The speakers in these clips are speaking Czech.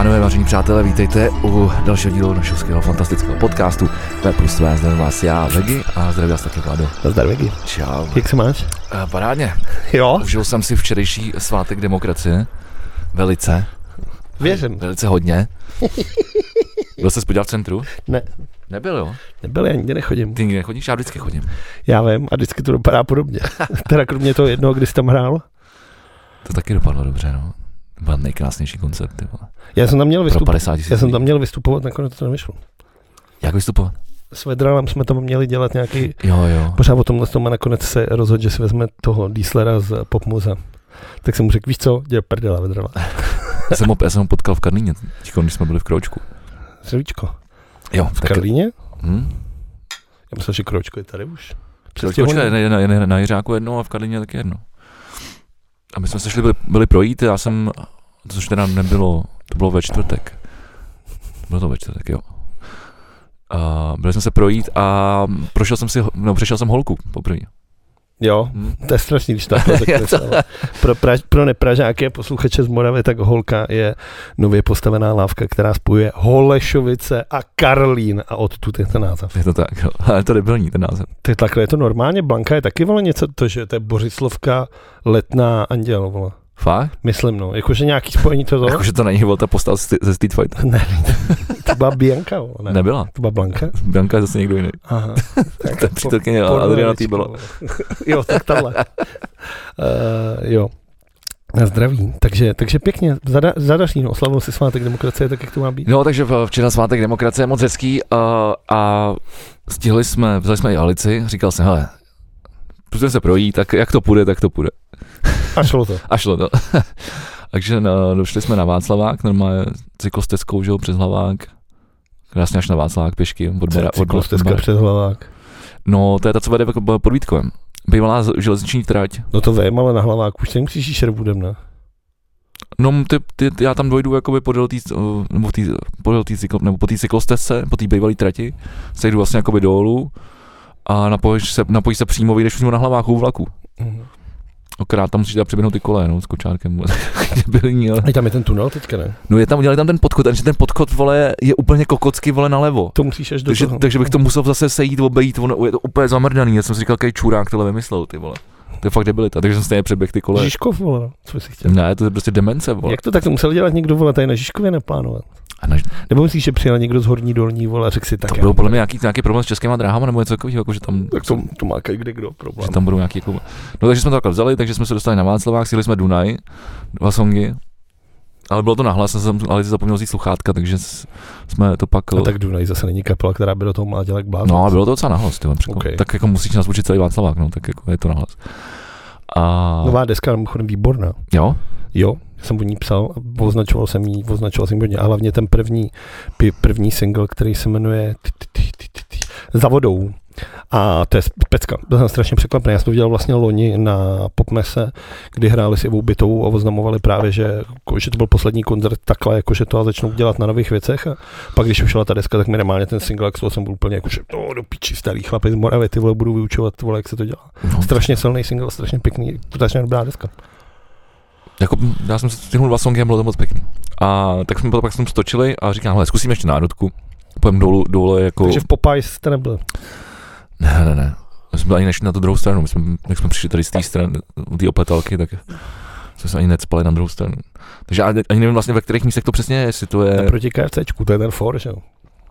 pánové, vážení přátelé, vítejte u dalšího dílu našeho skvělého fantastického podcastu V+V. Zdravím vás já, Vegy, a zdravím vás taky Vlado. Zdar, Vegy. Čau. Jak se máš? Parádně. Jo? Užil jsem si včerejší svátek demokracie. Velice. Věřím. Velice hodně. Byl jsi podívat v centru? Ne. Nebyl, jo? Nebyl, já nikdy nechodím. Ty nikdy nechodíš? Já vždycky chodím. Já vím a vždycky to dopadá podobně. Teda kromě toho jednoho, kdy jsi tam hrál. To taky dopadlo dobře, no. Byl nejkrásnější koncert, ty vole. Já jsem tam měl vystupovat. Nakonec to nevyšlo. Jak vystupovat? S Vedralem jsme tam měli dělat nějaký... Jo. Pořád o tomhle tom a nakonec se rozhodl, že si vezme toho Dieslera z Popmuza. Tak jsem mu řekl, víš co, dělej prdela Vedrala. Já jsem ho potkal v Karlíně, když jsme byli v Kroučku. Zdravíčko. Jo. V Karlíně? Já myslel, že Kroučko je tady už. Na Jiřáku jedno a v Karlíně taky jedno. A my jsme se šli byli projít, což teda nebylo, to bylo ve čtvrtek. Bylo to ve čtvrtek, jo. Byli jsme se projít a přešel jsem holku poprvé. Jo, to je strašný, když takhle řekneš. Pro nepražáky a posluchače z Moravy, tak holka je nově postavená lávka, která spojuje Holešovice a Karlín a odtud je ten název. Je to tak, jo. Ale to debilní ten název. To je takhle, je to normálně, Blanka je taky vole něco, že to je Bořislovka, Letná, Anděl, vole. Fakt? Myslím, no, jakože nějaký spojení toho. Jakože to není ta postava ze Street Fighter. Ne, to byla Bianka, vole. Ne. Nebyla. To byla Blanka? Blanka je zase někdo jiný. Aha. To je přítelkyně Adriana Týbela. Jo, tak tahle. Jo. Na zdraví. Takže pěkně, zadaří, oslavil si svátek demokracie, tak jak to má být. No, takže včera svátek demokracie je moc hezký a vzali jsme i Alici, říkal jsem, hele, protože se projí, tak jak to půjde, tak to půjde. A šlo to. Takže došli jsme na Václavák, normálně cyklostezkou, žil přes Hlavák, krásně až na Václavák pěšky. Cyklostezka přes Hlavák? No, to je ta, co vede pod Vítkovem. Bývalá železniční trať. No to vím, ale na Hlavák už se nemusíš jít Šervudem, ne? No, já tam dojdu jakoby po té cyklostezce, po té bývalé trati, se jdu vlastně jakoby dolů a napojíš se přímo, vyjdeš přímo na Hlaváku vlaku. Akorát tam musíš dát přiběhnout ty kole, no, s kočárkem. A tam je ten tunel teďka, ne? No udělali tam ten podchod, takže ten podchod, vole, je úplně kokocky, vole, nalevo. To musíš až do toho. Takže bych to musel zase sejít, obejít, je to úplně zamrdaný, já jsem si říkal, jaký čurák tohle vymyslel, ty vole. To je fakt debilita, takže jsem stejně přeběh ty kole. Žižkov, vole, co bys chtěl? Ne, to je prostě demence, vole. Jak to tak to musel dělat někdo, vole, tady na Žižkově neplánovat? Nebo myslíš, že přijel někdo z Horní Dolní, vole, a řekl si tak. To bylo podle mě nějaký problém s českýma dráhama nebo něco takového, jako že tam. Tak to má kde kdo problém. Že tam budou nějaký jako. No takže jsme to takhle vzali, takže jsme se dostali na Václavák, sjeli jsme Dunaj, 2 songy. Ale bylo to nahlas, ale si zapomněl vzít sluchátka, takže jsme to pak. A tak Dunaj zase není kapela, která by do toho má dělat jak blázen. No, a bylo to docela nahlas, okay. Tak jako musíš nazvučit celý Václavák, no, tak jako je to nahlas. Nová deska, mimochodem výborná. Jo? Jo, jsem o ní psal, označoval jsem ji hodně, a hlavně ten první single, který se jmenuje Za vodou. A to je pecka, byl jsem strašně překvapený. Já jsem to viděl vlastně loni na Popmese, kdy hráli s Ivou Bytovou a oznamovali právě, že to byl poslední koncert takhle, jakože to a začnou dělat na nových věcech. A pak, když ušla ta deska, tak minimálně ten single, jak jsem byl úplně jakože do piči, starý chlapy z Moravy, ty vole, budu vyučovat, vole, jak se to dělá. No. Strašně silný single, strašně pěkný, strašně dobrá deska. Jako, já jsem si stihnul 2 songy a bylo to moc pěkný. A tak jsme pak jsme stočili a říkám, hele, zkusíme ještě národku. Půjdeme dole jako. Takže v Popeyes jste nebyli? Ne. My jsme ani nešli na tu druhou stranu. Jak jsme přišli tady z té strany, té opletalky, tak jsme se ani necpali na druhou stranu. Takže ani nevím vlastně, ve kterých místech to přesně je, jestli to je. Naproti KFCčku, to je ten for, že jo?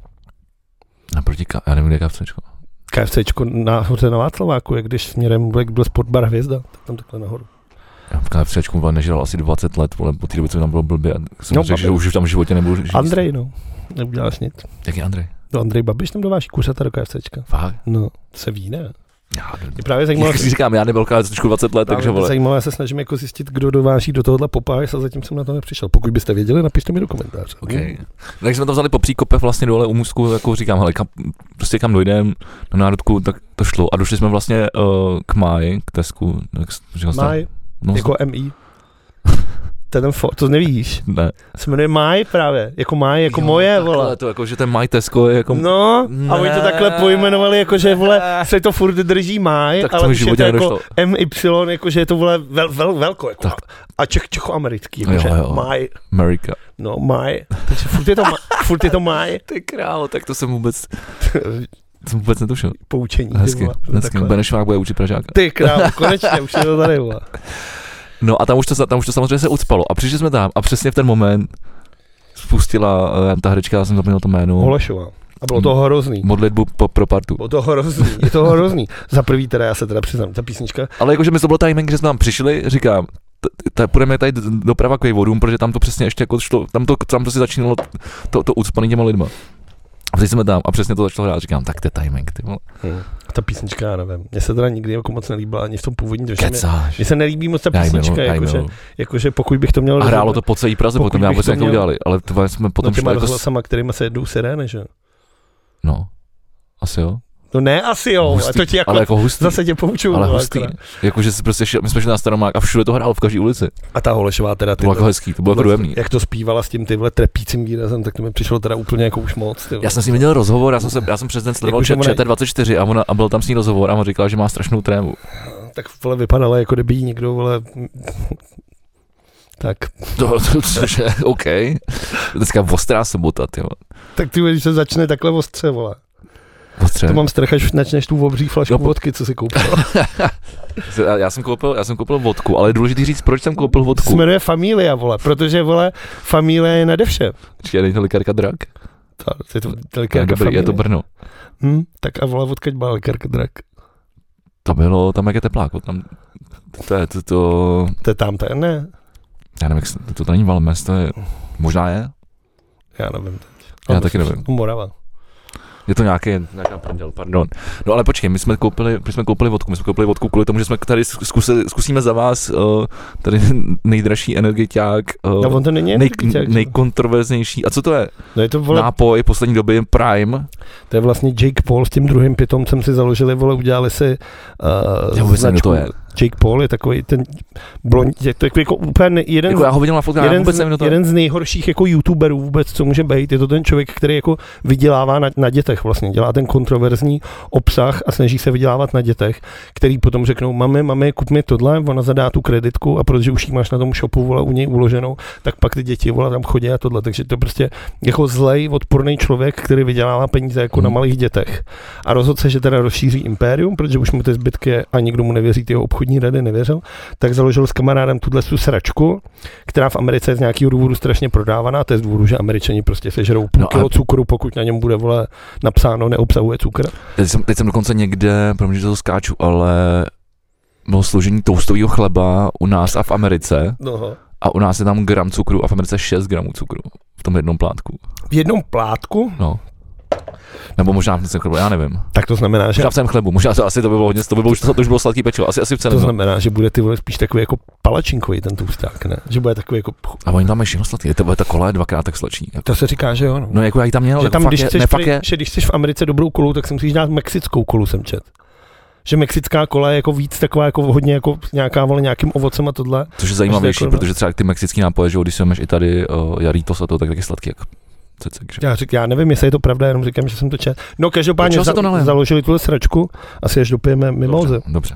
Já nevím, kde je KFCčko. KFCčko na Václaváku, jak když směrem byl Sportbar Hvězda, tak tam takhle nahoru. Já v KFCčku nežral asi 20 let, vole, po té době, co tam bylo blbě. Jsem řekl, že už tam v životě nebudu žít. Andrej, no. Neuděláš nic. Jak je Andrej? No Andrej Babiš tam dováží kuřata do KFCčka. Fakt? No, se ví, ne? Je právě zajímavé. Jak říkám, já nebyl KFCčku 20 let, takže vole. Zajímavé, se snažím jako zjistit, kdo dováží do tohohle Popeyes a zatím jsem na to nepřišel. Pokud byste věděli, napište mi do komentáře. Okay. Tak jsme to vzali po Příkope vlastně dole u Můstku, jako říkám, hele, prostě kam dojdem na národku, tak to šlo. A došli jsme vlastně k Máji, k Tesku. Máj, no, jako MI. To je ten to nevíš. Ne. Se jmenuje Maj právě, jako Maj, jako jo, moje, vole. To jako, že ten Maj Tesco je jako... No, a oni to takhle pojmenovali, jako že, vole, se to furt drží Maj, ale už je to jako MY, jako že je to, vole, velko, jako. Tak. A čechoamerický, jako že Maj. Amerika. No, Maj. Takže furt je to Maj. Ty králo, tak to jsem vůbec netušil. Poučení. Hezky. Benešvák bude učit Pražáka. Ty králo, konečně, už je to tady, vole. No a tam už to samozřejmě se ucpalo. A přišli jsme tam a přesně v ten moment spustila ta herečka, já jsem zapomněl to jméno. Holešová. A bylo to hrozný. Modlitbu pro partu. Bylo to hrozný, je to hrozný. Za prvý teda, já se teda přiznám, ta písnička. Ale jakože mi to bylo timing, že jsme tam přišli, říkám, půjdeme tady doprava k Vejvodům, protože tam to přesně ještě jako šlo, tam to si začínalo to ucpaný těma lidma. A teď jsme tam a přesně to začalo hrát, říkám, tak to je timing, ty vole. Ta písnička, já nevím, mně se teda nikdy jako moc nelíbila, ani v tom původním, mně se nelíbí moc ta písnička, jakože pokud bych to měl... A hrálo to po celý Praze, potom já vůbec jak to udělali, ale to jsme potom šli jako... sama, kterýma se jedou sirény, že? No, asi jo. No ne, asi jo, hustý, to ti jako, ale jako hustý, zase tě poučuju. Ale hustý, jakože si prostě my jsme šli na Staromák a všude to hrálo v každé ulici. A ta Holešová teda... To bylo jako hezký, to bylo jako dojemný. Jak to zpívala s tím tyhle trepícím výrazem, tak to mi přišlo teda úplně jako už moc. Tyhle. Já jsem s ním viděl rozhovor, já jsem přes den sledoval ČT24 a byl tam s ní rozhovor a on říkal, že má strašnou trému. Tak vole vypadala, jako kdyby jí někdo, vole... Tak. Cože, OK. Dneska ostrá sobota, tyjo. Tak ty, když se začne takhle ostře, vole. To mám strach, až načneš tu obří flašku vodky, co si koupil. já jsem koupil vodku, ale je důležité říct, proč jsem koupil vodku. To se jmenuje Familia, vole, protože, vole, Familia je nade vše. Počkej, není to likérka Drak? Je to likérka Familia. Je to Brno. Tak a vole, odkud byla likérka Drak? To bylo tam, jak je teplák, tam, to je tam, to je, ne. Já nevím, to není Valmes, to je, možná je? Já nevím teď. Já taky nevím. Morava. Je to nějaká prdel, pardon. No ale počkej, my jsme koupili vodku kvůli tomu, že jsme tady zkusíme za vás tady nejdražší energiťák, no, on to není nejkontroverznější. A co to je? No je to, vole, nápoj poslední doby Prime. To je vlastně Jake Paul s tím druhým pitomcem si založili, vole, udělali si značku. To je. Jake Paul je takový ten blond, je to jako úplně jeden, jako já ho viděl na fotkách, jeden z nejhorších jako youtuberů vůbec, co může být. Je to ten člověk, který jako vydělává na dětech vlastně, dělá ten kontroverzní obsah a snaží se vydělávat na dětech, který potom řeknou, mami, kup mi tohle, ona zadá tu kreditku a protože už jí máš na tom shopu, vole, u něj uloženou, tak pak ty děti, vole, tam chodí a tohle, takže to prostě jako zlej, odporný člověk, který vydělává peníze jako na malých dětech. A rozhodl se, že teda rozšíří impérium, protože už mu ty zbytky a nikdo mu nevěří, ty jeho obchodní rady nevěřil, tak založil s kamarádem tuhle sračku, která v Americe je z nějakého důvodu strašně prodávaná, to je z důvodu, že Američani prostě sežerou půl kilo cukru, pokud na něm bude, vole, napsáno, neobsahuje cukr. Teď jsem dokonce někde, protože to skáču, ale bylo složení toastového chleba u nás a v Americe. Aha. A u nás je tam gram cukru a v Americe 6 gramů cukru v tom jednom plátku. V jednom plátku? No. Nebo možná v cenu chlebu, já nevím. Tak to znamená, že... Možná v cenu chlebu, možná to asi to by bylo hodně, to už bylo sladký pečivo, asi v cenu. To znamená, že bude ty vole spíš takový jako palačinkový ten tousták, ne? Že bude takový jako... A oni tam mají všechno sladký, to bude ta kola je dvakrát tak sladší. To se říká, že jo. No jako já ji tam měl, že tam, fakt když chceš v Americe dobrou kolu, tak si musíš dát mexickou kolu, jsem čet. Že mexická kola je jako víc taková jako hodně jako nějaká, vole, nějakým ovocem a tohle. Což je zajímavější, protože třeba ty mexický nápoje, že když si máš i tady Jarritos a to, tak taky sladký jako. Já nevím, jestli je to pravda, jenom říkám, že jsem to četl. No každopádně založili tuhle sračku, asi až dopijeme mimoze. Dobře.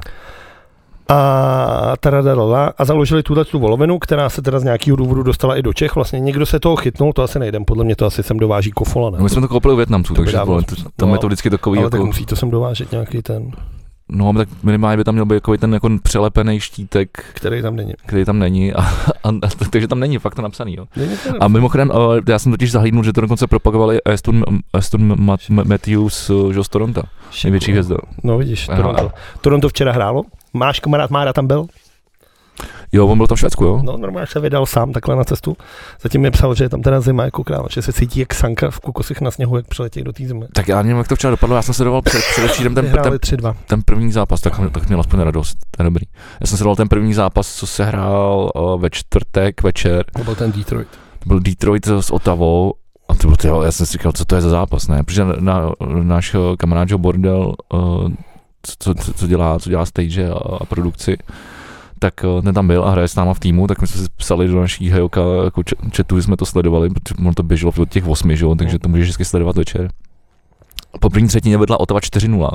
A založili tuhle tu volovinu, která se teda z nějakého důvodu dostala i do Čech. Vlastně někdo se toho chytnul, to asi nejdem, podle mě to asi sem dováží Kofola, ne? No, my jsme to koupili u Vietnamců, takže tam je to vždycky takový ale jako... tak musí to sem dovážet nějaký ten... No, tak minimálně by tam měl být jako ten jako přelepený štítek, který tam není takže tam není fakt to napsaný, jo. A mimochodem, já jsem totiž zahlídnul, že to dokonce propagovali Aston Matthews z Toronto, největší hvězda. No vidíš, Toronto včera hrálo, máš kamarád Mára tam byl? Jo, on byl tam v Švédsku, jo? No, normálně se vydal sám takhle na cestu. Zatím mi psal, že je tam teda zima jako král, že se cítí jak sanka v kokosech na sněhu, jak přiletí do té země. Tak já nevím, jak to včera dopadlo, já jsem sledoval především ten první zápas, tak měl aspoň radost, to je dobrý. Já jsem sledoval ten první zápas, co se hrál ve čtvrtek večer. To byl ten Detroit. To byl Detroit s Ottawou a to bylo, já jsem si říkal, co to je za zápas, ne? Protože náš kamarád Joe Bordel, co dělá stage a produkci, tak ten tam byl a hraje s náma v týmu, tak my jsme si psali do naší Hejoka jako chatu, jsme to sledovali, protože ono to běželo od těch 8, že jo, takže to můžeš vždycky sledovat večer. Po první třetině vedla Ottawa 4-0.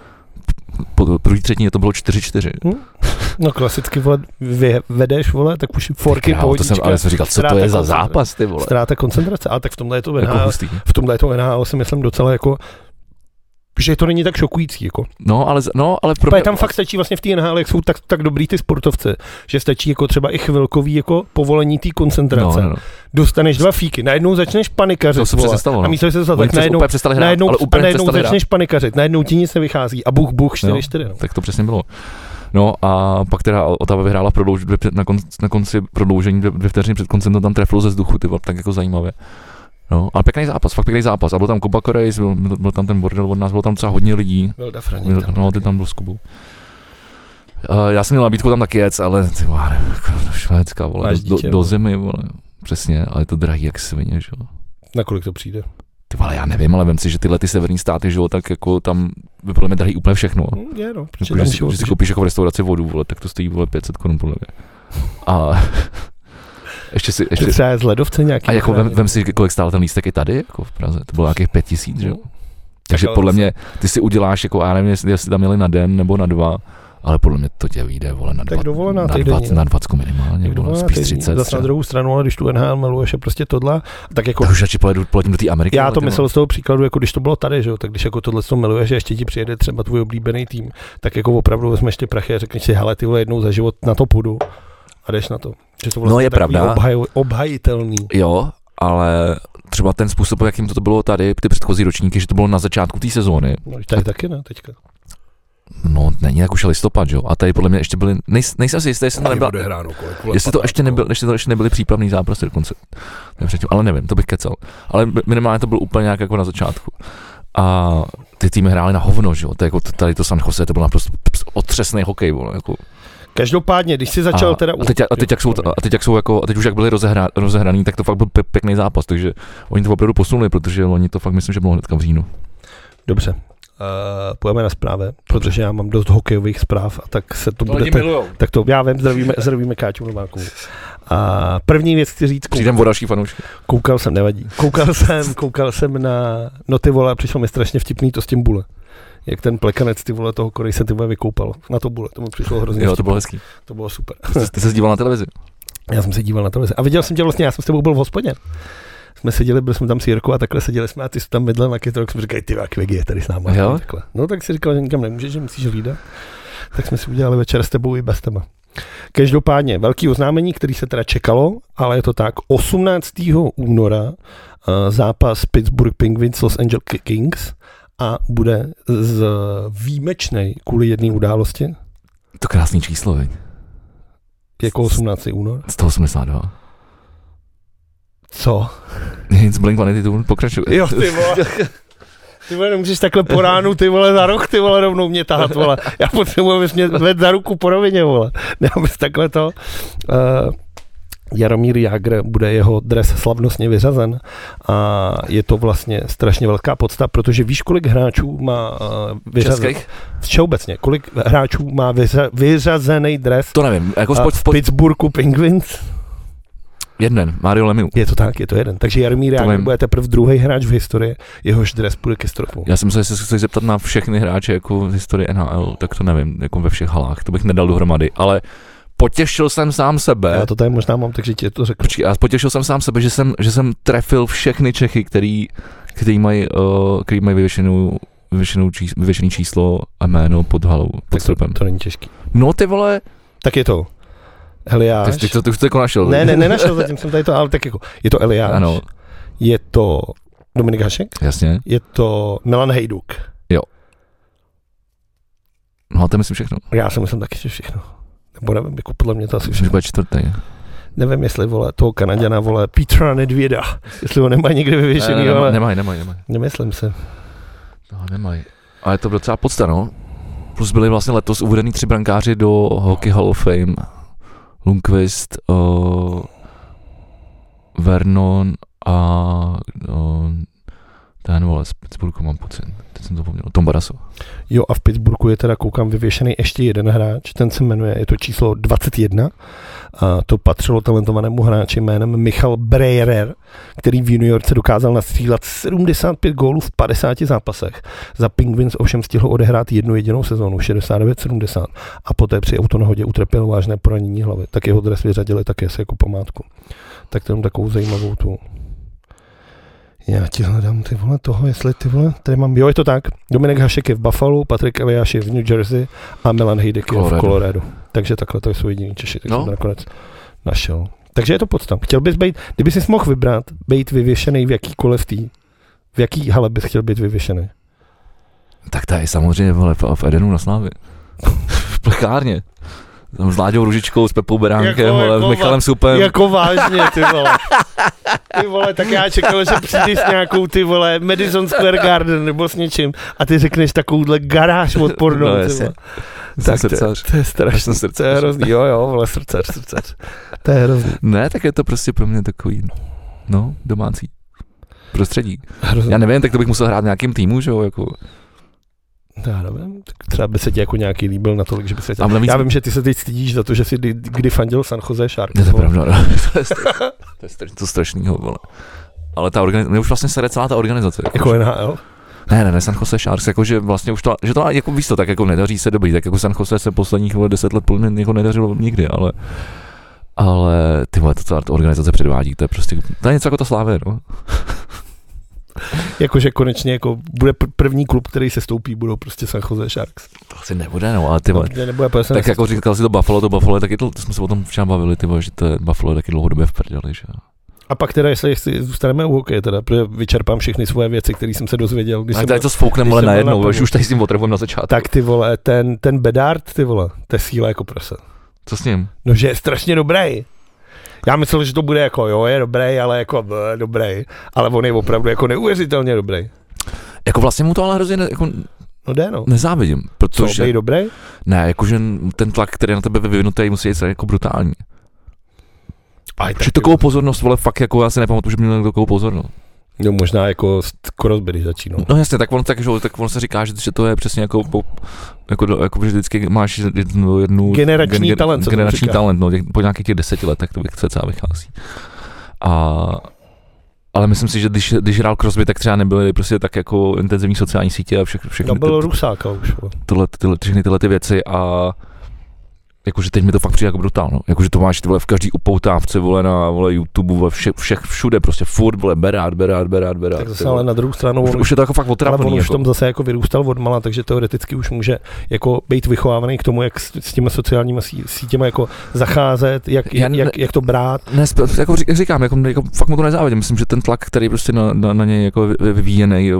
Po druhé třetině to bylo 4-4. No klasicky, vole, vedeš, vole, tak už forky, pohodička. Ale jsem říkal, co to je za zápas, ty vole. Ztráta koncentrace, ale tak v tomhle je to jako NHL, v tomhle je to NHL, si myslím docela jako, že to není tak šokující, jako. No, ale tam fakt stačí vlastně v té NHL, jak jsou tak dobrý ty sportovci, že stačí jako třeba i chvilkový jako povolení té koncentrace. No. Dostaneš 2 fíky, najednou začneš panikařit, vole, stalo, a místo, že se to tak najednou začneš panikařit, najednou ti nic nevychází a buch 4-4. No. Tak to přesně bylo. No a pak teda Ottawa vyhrála na konci prodloužení 2 vteřiny před koncem to tam trefilo ze vzduchu, ty vole, tak jako zajímavě. No, ale pěkný zápas, fakt pěkný zápas. A byl tam Kuba Korejs, byl tam ten bordel od nás, bylo tam docela hodně lidí. No, ty tam byl s Kubou. Já jsem měl nabídku tam taky jet, ale ty vole, Švédska, vole, do zimy, vole, přesně, ale je to drahý jak svině, že jo. Na kolik to přijde? Ty vole, já nevím, ale vem si, že tyhle ty severní státy, že jo, tak jako tam by podle mě drahý úplně všechno. Je, no, když si koupíš jako v restauraci vodu, vole, tak to stojí, vole, 500 korun podle mě. A ještě třeba je z ledovce nějaký. A jako vem si, kolik stál ten lístek i tady, jako v Praze, to bylo nějakých 5000, že jo. Takže podle mě, ty si uděláš, jako já nevím, jestli tam měli na den nebo na 2, ale podle mě to tě vyjde, vole, na 20 minimálně, vole, spíš 30. Zase na druhou stranu, ale když tu NHL miluješ, je prostě tohle, tak jako... Tak už radši poletím do té Ameriky. Já to myslel z toho příkladu, jako když to bylo tady, že jo, tak když jako tohle to miluješ, že ještě ti přijede třeba tvůj oblíbený tým, tak jako opravdu vezmeš ty prachy a řekneš si, hele, ty vole, jednou za život na to půjdu a jdeš na to. Že to vlastně no je pravda. Obhajitelný. Jo, ale třeba ten způsob, jakým to bylo tady, ty předchozí ročníky, že to bylo na začátku té sezóny. No tady taky ne, teďka. No, není jak už je listopad, jo. A tady podle mě ještě byly, nejsem si jistý, jestli to nebylo, jestli to ještě nebyly přípravný zápasy dokonce. Ale nevím, to bych kecal. Ale minimálně to bylo úplně nějak jako na začátku. A ty týmy hrály na hovno, že jo. To jako tady to San Jose, to byl naprosto otřesný hokej, vole, jako. Každopádně, když si začal teda... A teď už jak byli rozehraný, tak to fakt byl pěkný zápas, takže oni to opravdu posunuli, protože oni to fakt myslím, že bylo hnedka v říjnu. Dobře. Pojďme na zprávy, protože já mám dost hokejových zpráv a tak se to bude... Tak to já vím, zdravíme Káťu Novákovou. A první věc chci říct... Přijdem o další fanoušky. Koukal jsem na... No ty vole, přišlo mi strašně vtipný to s tím Bule. Jak ten plekanec ty vole toho Korej se ty vole vykoupal na to Bule, to mi přišlo hrozně. Jo, to bylo hezký. To bylo super. Ty se díval na televizi? Já jsem se díval na televizi. A viděl jsem tě vlastně, já jsem s tebou byl v hospodě. Byli jsme tam s Jirkou a takhle seděli jsme a ty jsi tam vedle na kytrok, jsme říkali, ty jak Vegy je tady s náma. Takhle. No tak si říkal, že nikam nemůžeš, že musíš hlídat. Tak jsme si udělali večer s tebou i bez teba. Každopádně velký oznámení, který se teda čekalo, ale je to tak, 18. února zápas Pittsburgh Penguins Los Angeles Kings a bude výjimečnej kvůli jedné události. To krásný číslo, veď? Jako 18. únor? 182. Co? Nic, Blink-182, pokračuj. Jo, ty vole. Ty vole, nemůžeš takhle po ránu, ty vole, za roh, ty vole, rovnou mě tahat, vole. Já potřebuji, abys mě vedl za ruku po rovině, vole. Ne, abys takhle to... Jaromír Jágr bude jeho dres slavnostně vyřazen a je to vlastně strašně velká podsta, protože víš, kolik hráčů má vyřazen? Všeobecně, kolik hráčů má vyřazený dres? To nevím. Jako v Pittsburghu Penguins? Jeden, Mario Lemieux. Je to tak, je to jeden. Takže Jaromír Jágr bude teprve druhý hráč v historii, jehož dres půjde ke stropu. Já jsem se chci zeptat na všechny hráče jako v historii NHL, tak to nevím, jako ve všech halách, to bych nedal dohromady, ale potěšil jsem sám sebe. Já to tady možná mám, takže ti to řeknu. Počkej, já potěšil jsem sám sebe, že jsem trefil všechny Čechy, který mají vyvěšený číslo a jméno pod halou, pod stropem. To není těžký. No ty vole. Tak je to Eliáš. Ty už to jako našel. Ne, nenašel, zatím jsem tady to, ale tak jako, je to Eliáš. Ano. Je to Dominik Hašek. Jasně. Je to Milan Hejduk. Jo. No a to myslím všechno. Já si myslím taky, že všechno. Nebo nevím, jako podle mě to asi všechno. Bude čtvrtý. Nevím, jestli, vole, toho Kanaďana, vole, Petra Nedvěda, jestli ho nemá někde vyvěšený, ale... Nemají. Nemyslím se. No, nemají. Ale je to docela podsta, no. Plus byli vlastně letos uvedení 3 brankáři do Hockey Hall of Fame. Lundqvist, Vernon a Ten vole, z Pittsburghu mám pocit. Teď jsem to zapomněl. Tom Barrasso. Jo, a v Pittsburghu je teda, koukám, vyvěšený ještě jeden hráč, ten se jmenuje, je to číslo 21, a to patřilo talentovanému hráči jménem Michal Breyer, který v juniorce dokázal nastřílet 75 gólů v 50 zápasech. Za Penguins ovšem stihl odehrát jednu jedinou sezónu, 69-70, a poté při autonehodě utrpěl vážné poranění hlavy. Tak jeho dres vyřadili také se jako památku. Tak to mám takovou zajímavou tu. Já ti hledám, ty vole, toho, jestli ty vole, tady mám, jo, je to tak. Dominik Hašek je v Buffalo, Patrik Eliáš je v New Jersey a Milan Hejdek je v Colorado. Takže takhle, to jsou jediní Češi, tak jsem to nakonec našel. Takže je to podstav. Chtěl bys být, kdyby jsi mohl vybrat, být vyvěšený v jakýkoliv v jaký hale bys chtěl být vyvěšený? Tak to je samozřejmě, vole, v Edenu na Slávě. V plechárně. Tam s Láďou Ružičkou, s Pepou Beránkem, s Michalem Supem. Jako vážně, ty vole. Ty vole, tak já čekal, že přijdeš s nějakou, ty vole, Madison Square Garden nebo s něčím a ty řekneš takovouhle garáž odpornou, no, ty vole. Tak to je strašný, to je hrozný, jo, vole, srdcař. To je hrozný. Ne, tak je to prostě pro mě takový, no, domácí prostředí. Hrozný. Já nevím, tak to bych musel hrát v nějakým týmu, že jo, jako... Já nevím, tak třeba by se ti jako nějaký líbil natolik, že by se tě... Já vím, že ty se teď stydíš za to, že jsi kdy fandil San Jose Sharks. Je to pravda, no. To je to strašnýho, vole. Ale ta organizace, mě už vlastně sere celá ta organizace. Jako NHL? Ne, San Jose Sharks, jakože vlastně už to, že to jako víš to, tak jako nedaří se dobrý, tak jako San Jose se posledních 10 let podle mě jako nedařilo nikdy, ale ty vole, to celá ta organizace předvádí, to je prostě, to je něco jako ta Slávě, no. Jakože konečně jako bude první klub, který se stoupí, budou prostě San Jose Sharks. To asi nebude, no, ale ty vole. Tak jako říkal si to Buffalo je taky, to jsme se o tom včera bavili, ty vole, že to je Buffalo taky dlouhodobě v prdeli, že. A pak teda, jestli zůstaneme u hokeje, teda, protože vyčerpám všechny svoje věci, které jsem se dozvěděl. Když tady to spoukneme, ale najednou, už tady s tím otrvujeme na začátku. Tak ty vole, ten Bedard, ty vole, to je síla jako prase. Co s ním? No, že je strašně dobrý. Já myslel, že to bude jako, jo, je dobrý, ale jako dobrý, ale on je opravdu jako neuvěřitelně dobrý. Jako vlastně mu to ale hrozně jako nezávidím, protože... Co, dobrý? Ne, jakože ten tlak, který na tebe vyvinutý, musí být jako brutální. Že takovou pozornost, vole, fakt jako já si nepamatuju, že by měl takovou pozornost. No možná jako Crosby, když začínal. No jasně, tak on se říká, že to je přesně jako že vždycky máš jednu generační talent, no, po nějakých těch 10 letech to celá vychází. Ale myslím si, že když hrál Crosby, tak třeba nebyly prostě tak jako intenzivní sociální sítě a všechny. No byl Rusáka už. Všechny tyhle ty věci a jakože teď mi to fakt přijde jako brutálno. Jakože to máš ty vole v každý upoutávce, vole na vole YouTube, vole všude prostě furt vole Berard. Tak zase ale na druhou stranu už je to jako fakt otravný. Ale on už jako. Tom zase jako vyrůstal odmala, takže teoreticky už může jako být vychovávaný k tomu, jak s těmi sociálními sítěmi jako zacházet, jak to brát. Ne, jako říkám, jako fakt mu to nezávidím. Myslím, že ten tlak, který prostě na něj jako vyvíjený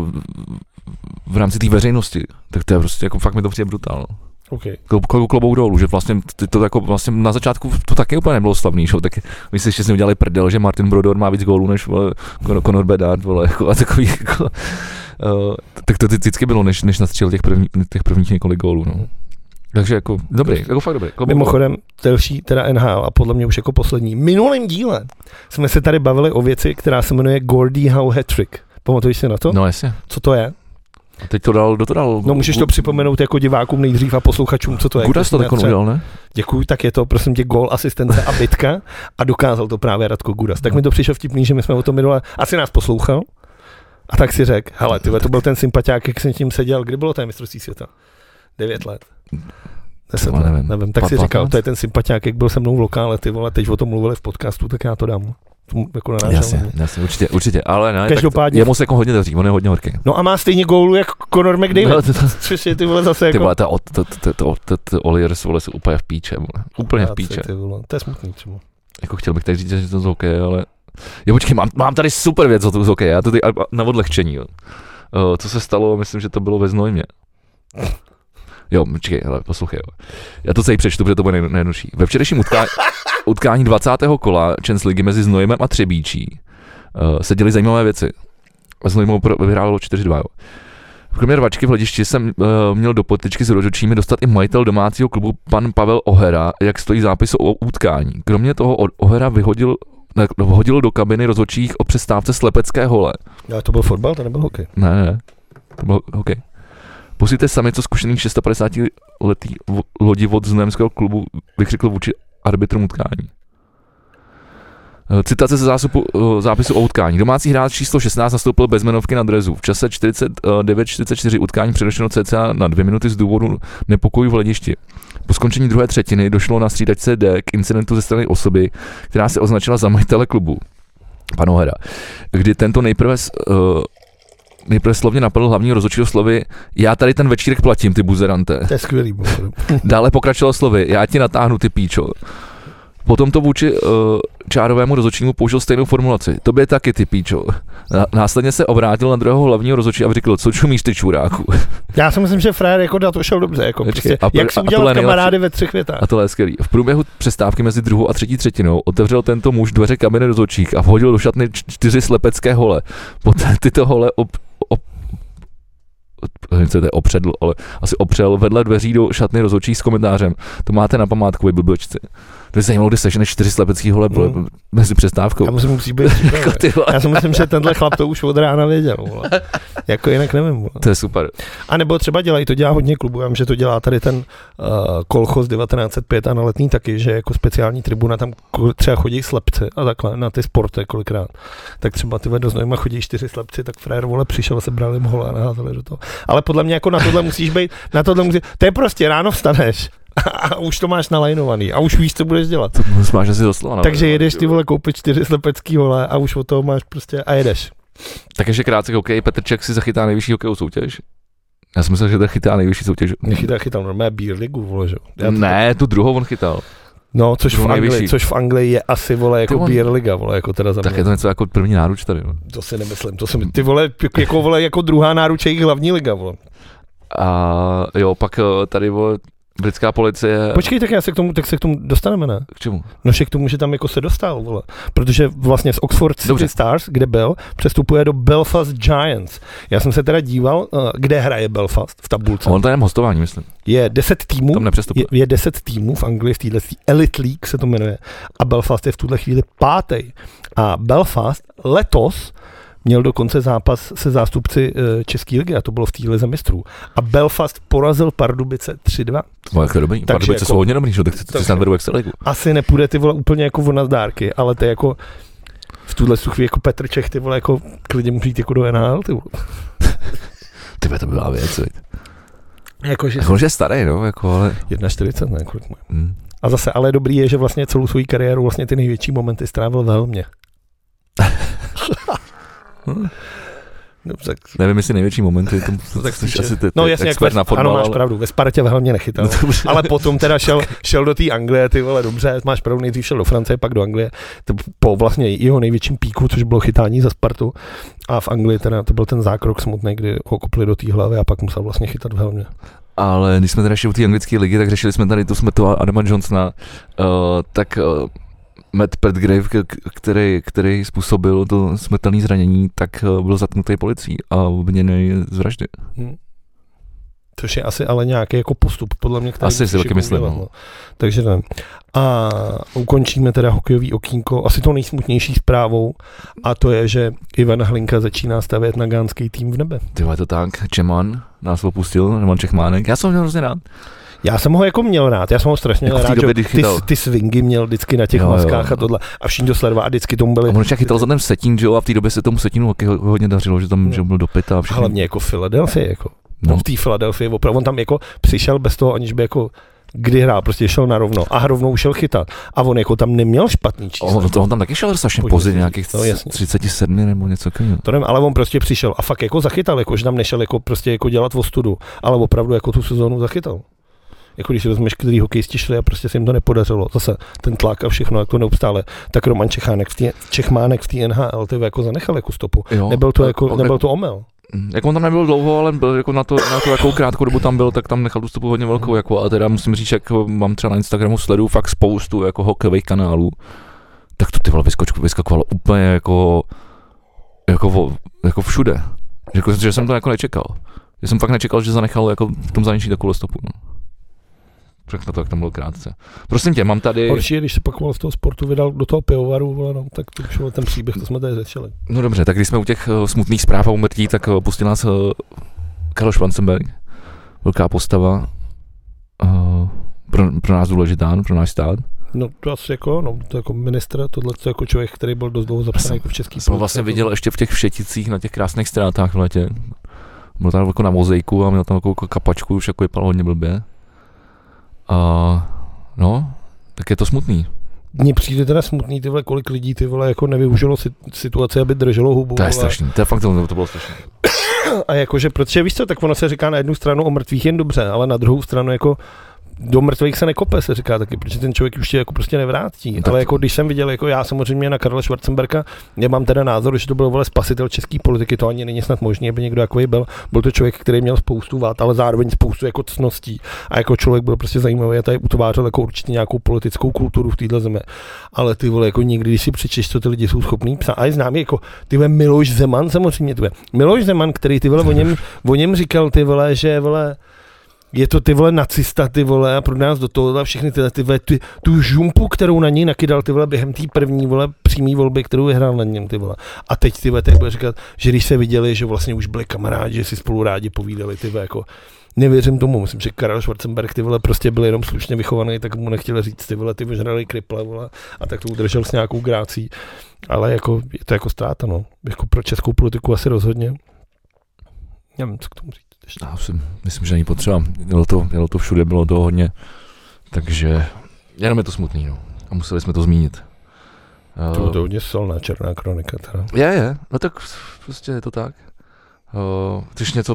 v rámci té veřejnosti, tak to je prostě jako fakt mi to přijde brutálno. Okay. Klobouk dolů, že vlastně to jako vlastně na začátku to taky úplně nebylo slavný, že? Tak my si ještě s ním udělali prdel, že Martin Brodeur má víc gólů než Conor Bedard, vole, jako, a takový jako, tak to vždycky bylo, než nastřelil těch prvních několik gólů, no. Takže jako dobrý, jako fakt dobrý. Mimochodem, další teda NHL a podle mě už jako poslední. Minulým díle jsme se tady bavili o věci, která se jmenuje Gordie Howe hat-trick. Pamatuješ si na to? No jasně. Co to je? A teď to dal. No můžeš to připomenout jako divákům nejdřív a posluchačům, co to je. Gudas to takhle udělal, ne? Děkuju, tak je to, prosím tě, gól, asistence a bitka a dokázal to právě Radko Gudas. Tak mi to přišlo vtipný, že my jsme o tom minule, asi nás poslouchal a tak si řekl, hele, tyhle, to byl ten sympatiák, jak jsem tím seděl, kdy bylo to mistrovství světa? 9 let. 10 let, nevím. Tak si říkal, to je ten sympatiák, jak byl se mnou v lokále, ty vole, teď o tom mluvili v podcastu, tak já to dám. Jako jasně, určitě, ale ne, každopádně jemu se jako hodně daří, on je hodně horký. No a má stejně gólu jak Conor McDavid, což je ty vole zase jako... Ty vole, to Oilers, vole, jsou úplně v píče, vole, úplně v píče. To je smutný třeba. Jako chtěl bych tady říct, že to z hokeje, ale... Jo, počkej, mám tady super věc z hokeje, já to tady na odlehčení, jo. Co se stalo, myslím, že to bylo ve Znojmě. Jo, počkej, hele, poslouchej, jo. Já to celý přečtu, protože to bude nejjednodušší. Ve včerejším utkání 20. kola Champions ligy mezi Znojmem a Třebíčí se děly zajímavé věci. Znojmo vyhrálo 4-2, jo. Kromě rvačky v hledišti jsem měl do potyčky s rozhodčími dostat i majitel domácího klubu pan Pavel Ohera, jak stojí zápis o utkání. Kromě toho Ohera hodil do kabiny rozhodčích o přestávce slepecké hole. Ale to byl fotbal, to nebyl hokej. Ne, to byl hokej. Pustíte sami, co zkušený 650-letý lodivod z Znojemského klubu vykřikl vůči arbitrům utkání. Citace ze zápisu o utkání. Domácí hráč číslo 16 nastoupil bez jmenovky na drezu. V čase 49-44 utkání přerušeno cca na 2 minuty z důvodu nepokojů v hledišti. Po skončení druhé třetiny došlo na střídačce D k incidentu ze strany osoby, která se označila za majitele klubu, Panohera, kdy tento nejprve slovně napadl hlavního rozhodčího slovy: já tady ten večírek platím, ty buzerante. To je skvělý. Dále pokračoval slovy: já ti natáhnu, ty píčo. Potom to vůči čárovému rozhodčímu použil stejnou formulaci: tobě taky, ty píčo. Následně se obrátil na druhého hlavního rozhodčí a řekl: co čumíš, ty čuráku. Já si myslím, že frajer jako na to šel dobře. Jako prostě, jak si udělal kamarády ve 3 větách. A tohle je skvělý. V průběhu přestávky mezi druhou a třetí třetinou otevřel tento muž dveře kabiny rozhodčích a vhodil do šatny 4 slepecké hole. Poté tyto hole opřel vedle dveří do šatny rozhodčích s komentářem: to máte na památku, vy blbečci. To je zajímalo, kdy seženeš 4 slepecký hole mezi přestávkou. Já si myslím, že tenhle chlap to už od rána věděl. Vole. Jako jinak nevím. Vole. To je super. A nebo třeba to dělá hodně klubů. Já vím, že to dělá tady ten Kolchos 1905 a na Letný taky, že jako speciální tribuna tam třeba chodí slepci a takhle na ty sporty kolikrát. Tak třeba ty do Znojma chodí 4 slepci, tak frajer vole přišel, se brali jim hole a naházeli do toho. Ale podle mě jako na tohle musíš být, to je prostě ráno vstaneš a už to máš nalajnovaný a už víš, co budeš dělat. To máš asi doslova. Takže jedeš ty vole koupit 4 slepecký hole a už od toho máš prostě a jedeš. Tak ještě krátce hokej, Petr Čech si zachytá nejvyšší hokejovou soutěž. Já si myslel, že to chytá nejvyšší soutěž. Chytal normálně Beer Ligu, vole, že? Ne, tu druhou on chytal. No, což v Anglii je asi, vole, jako Beer Liga, vole, jako teda za mě. Tak je to něco jako první náruč tady, no. To si nemyslím, ty vole, jako druhá náruč je jejich hlavní liga, vole. A jo, pak tady, vole, britská policie. Počkej, tak se k tomu dostaneme, ne? K čemu? No, že k tomu, že tam jako se dostal, vole. Protože vlastně z Oxford City Stars, kde byl, přestupuje do Belfast Giants. Já jsem se teda díval, kde hraje Belfast v tabulce. On tady je hostování, myslím. Je 10 týmů. Tam nepřestupuje. Je 10 týmů v Anglii, v této Elite League se to jmenuje. A Belfast je v tuhle chvíli 5. A Belfast letos měl dokonce zápas se zástupci České ligy a to bylo v té lize mistrů. A Belfast porazil Pardubice 3-2. No, jak to dobrý. Pardubice jako, jsou hodně dobrý, že ty snad vedou extraligu. Asi nepůjde ty vole úplně jako o nazdárky, ale to je jako v tuhle chvíli jako Petr Čech, ty vole jako klidně může jít jako do NHL, ty vole. Tyhle to byla věc, veď. Jakože je starý, no, jako ale 1,40, ne, kolik má. A zase, ale dobrý je, že vlastně celou svou kariéru vlastně ty největší momenty strávil ve Helmě. Dobře. Nevím, jestli největší momenty, to tak jsi asi no jasně, expert na fotbal. Ano, máš pravdu, ve Spartě hlavně nechytal. No, ale potom teda šel do té Anglie, ty vole, dobře, máš pravdu, nejdřív šel do Francie, pak do Anglie, to po vlastně jeho největším píku, což bylo chytání za Spartu. A v Anglii teda to byl ten zákrok smutný, kdy ho kopli do té hlavy a pak musel vlastně chytat v Helmě. Ale když jsme teda šli u té anglické ligy, tak řešili jsme tady tu smrtu Adama Johnsona, Matt Petgrave, který způsobil to smrtelné zranění, tak byl zatknutý policií a obviněný z vraždy. Což je asi ale nějaký jako postup, podle mě, který asi si taky myslím. No. Takže nevím. A ukončíme teda hokejový okýnko asi tou nejsmutnější zprávou a to je, že Ivan Hlinka začíná stavět na gánský tým v nebe. Tyhle to tak, Čeman nás opustil, Roman Čechmánek, já jsem ho měl hrozně rád. Já jsem ho jako měl rád, já jsem ho strašně jako rád, ty swingy měl vždycky na těch maskách a tohle a všichni to sledovali a vždycky tomu byli. A on chytal za ten setín, že jo, a v té době se tomu setínu hodně dařilo, že tam že byl do pyta a všichni. Hlavně jako Philadelphia, jako. No. V té Philadelphii opravdu, on tam jako přišel bez toho, aniž by jako kdy hrál, prostě šel na rovno a rovnou šel chytat. A on jako tam neměl špatný číslo. On tam taky šel strašně pozdě, nějakých 37 nebo něco takového. To nevím, ale on prostě přišel a fakt jako zachytal, jako, že tam nešel jako prostě jako dělat ostudu, ale opravdu jako tu sezónu zachytal. Jako když si vezmeš, který hokejisti šli a prostě se jim to nepodařilo. Zase ten tlak a všechno, jak to neustále. Tak Roman Čechmánek v té NHL ty jako zanechal jako stopu. Jo, nebyl to omyl. Jak on tam nebyl dlouho, ale byl jako na to jakou krátkou dobu tam byl, tak tam nechal tu stopu hodně velkou. Jako, a teda musím říct, jak mám třeba na Instagramu sleduju fakt spoustu jako hokejových kanálů, tak to ty vole vyskakovalo úplně jako všude. Že jsem to jako nečekal. Já jsem fakt nečekal, že zanechal jako v tom zahraničí takovou stopu. No. Řekl to, jak tam bylo krátce. Prosím tě, mám tady... Horší je, když se pakoval z toho sportu, vydal do toho pivovaru, vole, no, tak to už byl ten příběh, to jsme tady řešili. No dobře, tak když jsme u těch smutných zpráv a umrtí, tak pustil nás Karel Schwarzenberg. Velká postava. Pro nás důležitá, pro náš stát. No to asi jako, no, to jako ministr, tohle to jako člověk, který byl dost dlouho zapsaný jako v český politice. Jsem vlastně viděl ještě v těch Všeticích na těch krásných ztrátách v letě. Byl tam jako na mozaiku a měl tam jako kapačku, už jako vypadalo hodně blbě. No, tak je to smutný. Mně přijde teda smutný, ty vole, kolik lidí ty vole jako nevyužilo situaci, aby drželo hubu. To je strašný, to je fakt, to bylo strašný. A jakože, protože víš co, tak ono se říká na jednu stranu o mrtvých jen dobře, ale na druhou stranu jako do mrtvých se nekope, se říká taky, protože ten člověk už tě jako prostě nevrátí. No, ale jako když jsem viděl, jako já samozřejmě na Karla Schwarzenberga, nemám teda názor, že to byl vole spasitel české politiky, to ani není snad možné, aby někdo takový byl. Byl to člověk, který měl spoustu vád, ale zároveň spoustu jako ctností. A jako člověk byl prostě zajímavý a tady utvářel jako určitě nějakou politickou kulturu v této zemi. Ale ty vole, jako někdy, když si přečteš, co ty lidi jsou schopní psát. A je známý jako ty vole Miloš Zeman, samozřejmě ty vole. Miloš Zeman, který ty vole o něm říkal ty vole, že vole je to ty vole nacista, ty vole, a pro nás do toho a všechny ty vole, tu žumpu, kterou na něj nakydal ty vole během té první vole přímý volby, kterou vyhrál na něm ty vole. A teď ty vole, tak bude říkat, že když se viděli, že vlastně už byli kamarádi, že si spolu rádi povídali ty vole, jako nevěřím tomu, myslím, že Karel Schwarzenberg ty vole prostě byl jenom slušně vychovaný, tak mu nechtěli říct ty vole, ty vyžrali kriple vole, a tak to udržel s nějakou grácí. Ale jako je to jako ztráta, no. Jako pro českou politiku asi rozhodně. Nevím, co k tomu říct. Já myslím, že není potřeba. Jelo to všude, bylo to hodně. Takže jenom je to smutný, no. A museli jsme to zmínit. To hodně silná černá kronika teda. Je. No tak prostě je to tak. Když něco...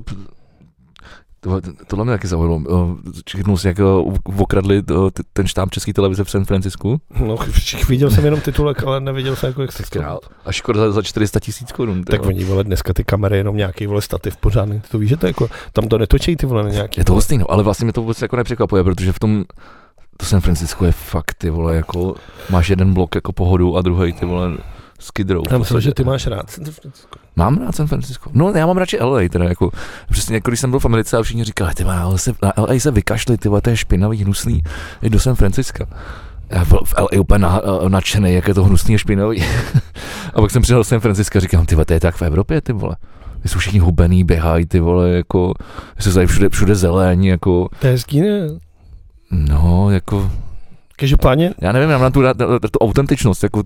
Tohle mě taky zaujalo. Čeknul si, jak okradli ten štáb České televize v San Francisku. No, viděl jsem jenom titulek, ale neviděl jsem, jako jak se stalo. A škoda za 400 000 korun. Tak oni, vole, dneska ty kamery jenom nějaký, vole, stativ pořádný. Ty to víš, že to jako, tam to netočí ty vole na nějaký. Je to hustý, no, ale vlastně mě to vůbec jako nepřekvapuje, protože v tom to San Francisco je fakt, ty vole, jako máš jeden blok jako pohodu a druhý ty vole Skid Row. Já myslím, že ty máš rád San Francisco. Mám rád San Francisco. No, já mám radši LA, teda jako, přesně jako když jsem byl v Americe a všichni říkali, ty na LA se vykašli, ty to je špinavý, hnusný, jdi do San Francisca. Já byl v LA úplně nadšenej, jak je to hnusný a špinavý. A pak jsem přijel do San Francisca a říkám, ty to je tak v Evropě, ty vole. Ty jsou všichni hubený, běhají, ty vole, jako, jsou tady všude zelení, jako. To je hezký, ne? No, jako... Každopádně? Já nevím, já mám tu autentičnost, jako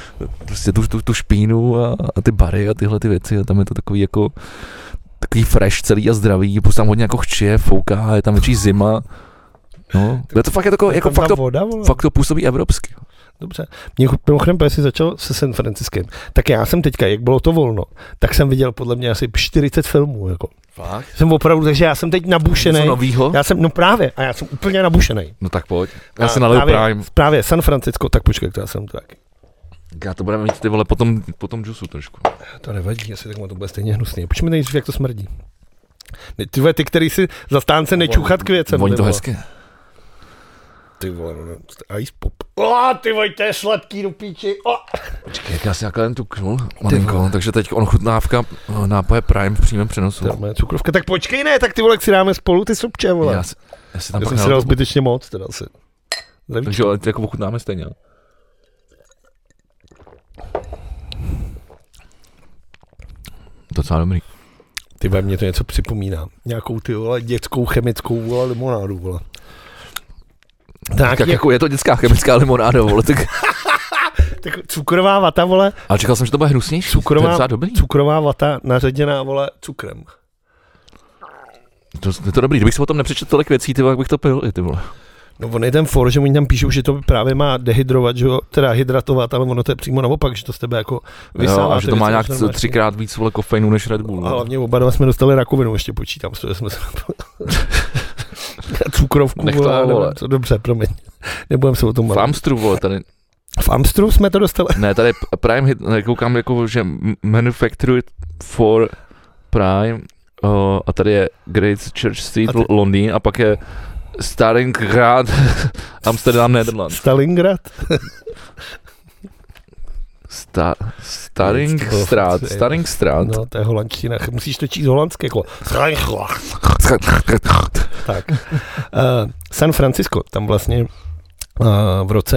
tu špínu a ty bary a tyhle ty věci a tam je to takový jako takový fresh celý a zdravý, prostě tam hodně jako chčije, fouká, je tam větší zima. No, je to fakt jako fakt to působí evropsky. Dobře. Mimochodem, protože jsi začal se San Franciskem, tak já jsem teďka, jak bylo to volno, tak jsem viděl podle mě asi 40 filmů, jako. Fakt? Jsem opravdu, takže já jsem teď nabušenej. Něco novýho? No právě, a já jsem úplně nabušenej. No tak pojď. Já si naliju Prime. Právě San Francisco, tak počkej, to já jsem to taky. Já to budeme mít ty vole potom džusu trošku. To nevadí, asi tak to bude stejně hnusný. Počkej mi nejdřív, jak to smrdí. Ty, který si zastánce nečuchat k věcem. Voní to hezky. Ty vole, no, ice pop. Ty vole, to je sladký do píči. Počkej, jak já si jen tu knul, malinko, takže teď ochutnávka nápoje Prime v přímém přenosu. To je cukrovka, tak počkej, ne, tak ty vole, si dáme spolu ty supče, vole. Já jsem si dal zbytečně moc, teda asi. Takže jako ochutnáme stejně. Docela dobrý. Ty vole, mě to něco připomíná. Nějakou ty vole dětskou chemickou vole limonádu, vole. Tak jako je to dětská chemická limonáda, vole, tak... Tak cukrová vata, vole. Ale čekal jsem, že to bude hnusnější. Cukrová vata naředěná, vole, cukrem. To je to dobrý, kdybych si o tom nepřečetl tolik věcí, ty vole, jak bych to pil, ty vole. No on je ten for, že oni tam píšou, že to právě má dehydrovat, že jo, teda hydratovat, ale ono to je přímo naopak, že to z tebe jako vysává. Jo, a že to má nějak 3x víc vole kofeinu než Red Bull. A hlavně oba dva jsme dostali rakovinu, ještě počítám, že jsme se cukrovku, vole, co dobře, promiň. Nebudem se o tom mluvit. V Amstru, vole, tady. V Amstru jsme to dostali? Ne, tady Prime hit, koukám jako, že manufactured for Prime, a tady je Great Church Street, Londýn, a pak je Stalingrad, Amsterdam, Nederland. Stalingrad? Staringstrát. No, to je holandština. Musíš to číst holandsky, jako. Tak. San Francisco, tam vlastně v roce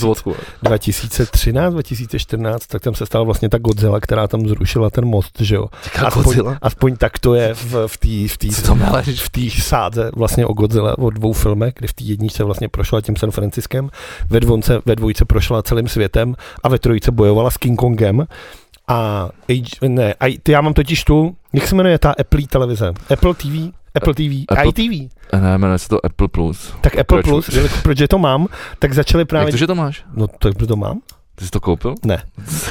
2013, 2014, tak tam se stala vlastně ta Godzilla, která tam zrušila ten most, že jo. Aspoň tak to je v té sádze vlastně o Godzilla, o 2 filmech, kdy v té jedničce vlastně prošla tím San Franciskem, ve dvojce prošla celým světem a ve trojice bojovala s King Kongem. Já mám totiž jak se jmenuje ta Apple televize? Apple TV, iTV. Ne, jmenuje se to Apple Plus. Tak Apple Plus, protože to mám, tak začali právě... Jak to, že to máš? No, tak to mám. Ty jsi to koupil? Ne.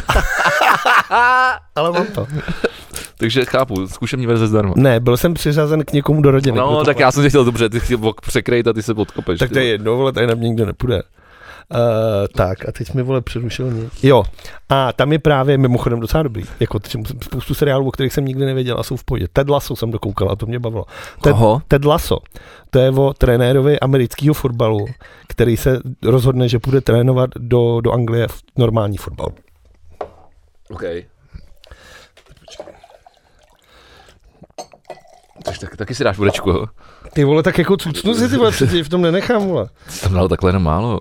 Ale mám to. Takže chápu, zkušební verze zdarma. Ne, byl jsem přiřazen k někomu do rodiny. No, tak já jsem tě chtěl dobře, ty chtěl překrejt a ty se podkopeš. Tak to je jedno, vole, tady na mě nikdo nepůjde. Tak a teď mi přerušil mě. Jo, a tam je právě mimochodem docela dobrý. Jako spoustu seriálů, o kterých jsem nikdy nevěděl a jsou v pohodě. Ted Lasso jsem dokoukal a to mě bavilo. Ted Lasso, to je o trenérovi amerického fotbalu, který se rozhodne, že půjde trénovat do Anglie v normální fotbal. OK. Taky si dáš vodečku, jo? Ty vole, tak jako cucnu si ty vole, přeci v tom nenechám, vole. Jsi tam dal takhle jenom málo.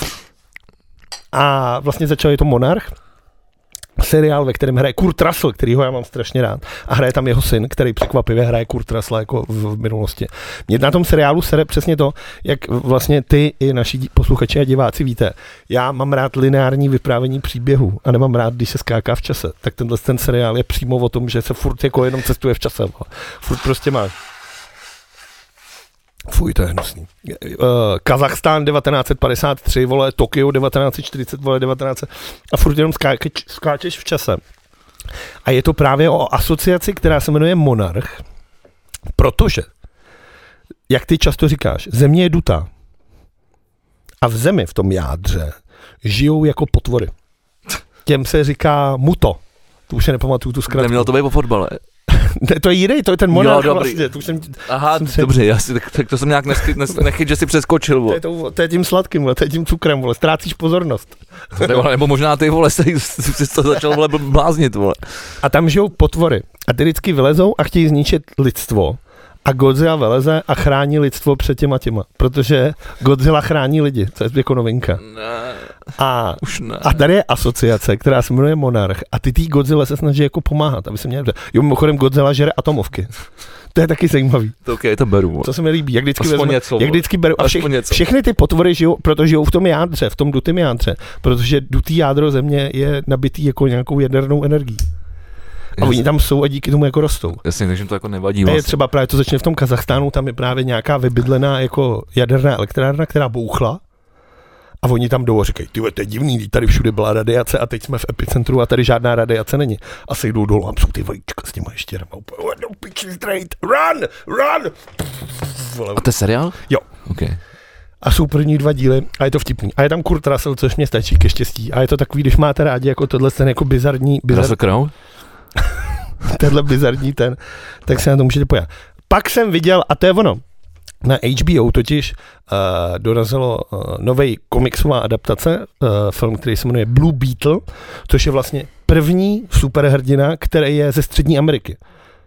A vlastně začal je to Monarch, seriál, ve kterém hraje Kurt Russell, kterýho já mám strašně rád. A hraje tam jeho syn, který překvapivě hraje Kurt Russell jako v minulosti. Mě na tom seriálu sere přesně to, jak vlastně ty i naši posluchači a diváci víte. Já mám rád lineární vyprávění příběhu a nemám rád, když se skáká v čase. Tak ten seriál je přímo o tom, že se furt jako jenom cestuje v čase. Furt prostě máš. Fuj, to je hnusný. Kazachstán 1953, vole, Tokio 1940, vole, 19... A furt jenom skáčeš v čase. A je to právě o asociaci, která se jmenuje Monarch, protože, jak ty často říkáš, země je dutá. A v zemi, v tom jádře, žijou jako potvory. Těm se říká muto. To už je nepamatuju tu zkrátku. Nemělo to být o fotbale. To je jiný, to je ten Monarch vlastně. Aha, dobře, tak to jsem nějak nechyt, že si přeskočil. Vole. To je tím sladkým, vole, to je tím cukrem, vole, ztrácíš pozornost. Nebo možná ty, vole, jsi to začal, vole, bláznit, vole. A tam žijou potvory a ty vždycky vylezou a chtějí zničit lidstvo. A Godzilla vyleze a chrání lidstvo před těma, protože Godzilla chrání lidi, to je jako novinka. A tady je asociace, která se jmenuje Monarch a ty tý Godzilla se snaží jako pomáhat, aby se měli dobře. Jo, mimochodem Godzilla žere atomovky. To je taky zajímavý. To beru. To se mi líbí, jak vždycky beru. A všechny ty potvory žijou, protože žijou v tom jádře, v tom dutém jádře, protože dutý jádro země je nabitý jako nějakou jadernou energií. A oni tam jsou a díky tomu jako rostou. Jasně, takže to jako nevadí vlastně. Je třeba právě to začne v tom Kazachstánu, tam je právě nějaká vybydlená jako jaderná elektrárna, která bouchla. A oni tam jdou a říkají, tyhle, to je divný, tady všude byla radiace a teď jsme v epicentru a tady žádná radiace není. A se jdou dolů a jsou ty vajíčka s těma ještěrama. No pitch straight, run! A to je seriál? Jo. Okay. A jsou první 2 díly a je to vtipný. A je tam Kurt Russell, což mě stačí ke štěstí. A je to takový, když máte rádi jako tohle ten jako bizarní Russell Crowe? Tenhle bizarní tak se na to můžete pojat. Pak jsem viděl, a to je ono, na HBO totiž dorazilo novej komiksová adaptace, film, který se jmenuje Blue Beetle, což je vlastně první superhrdina, který je ze Střední Ameriky.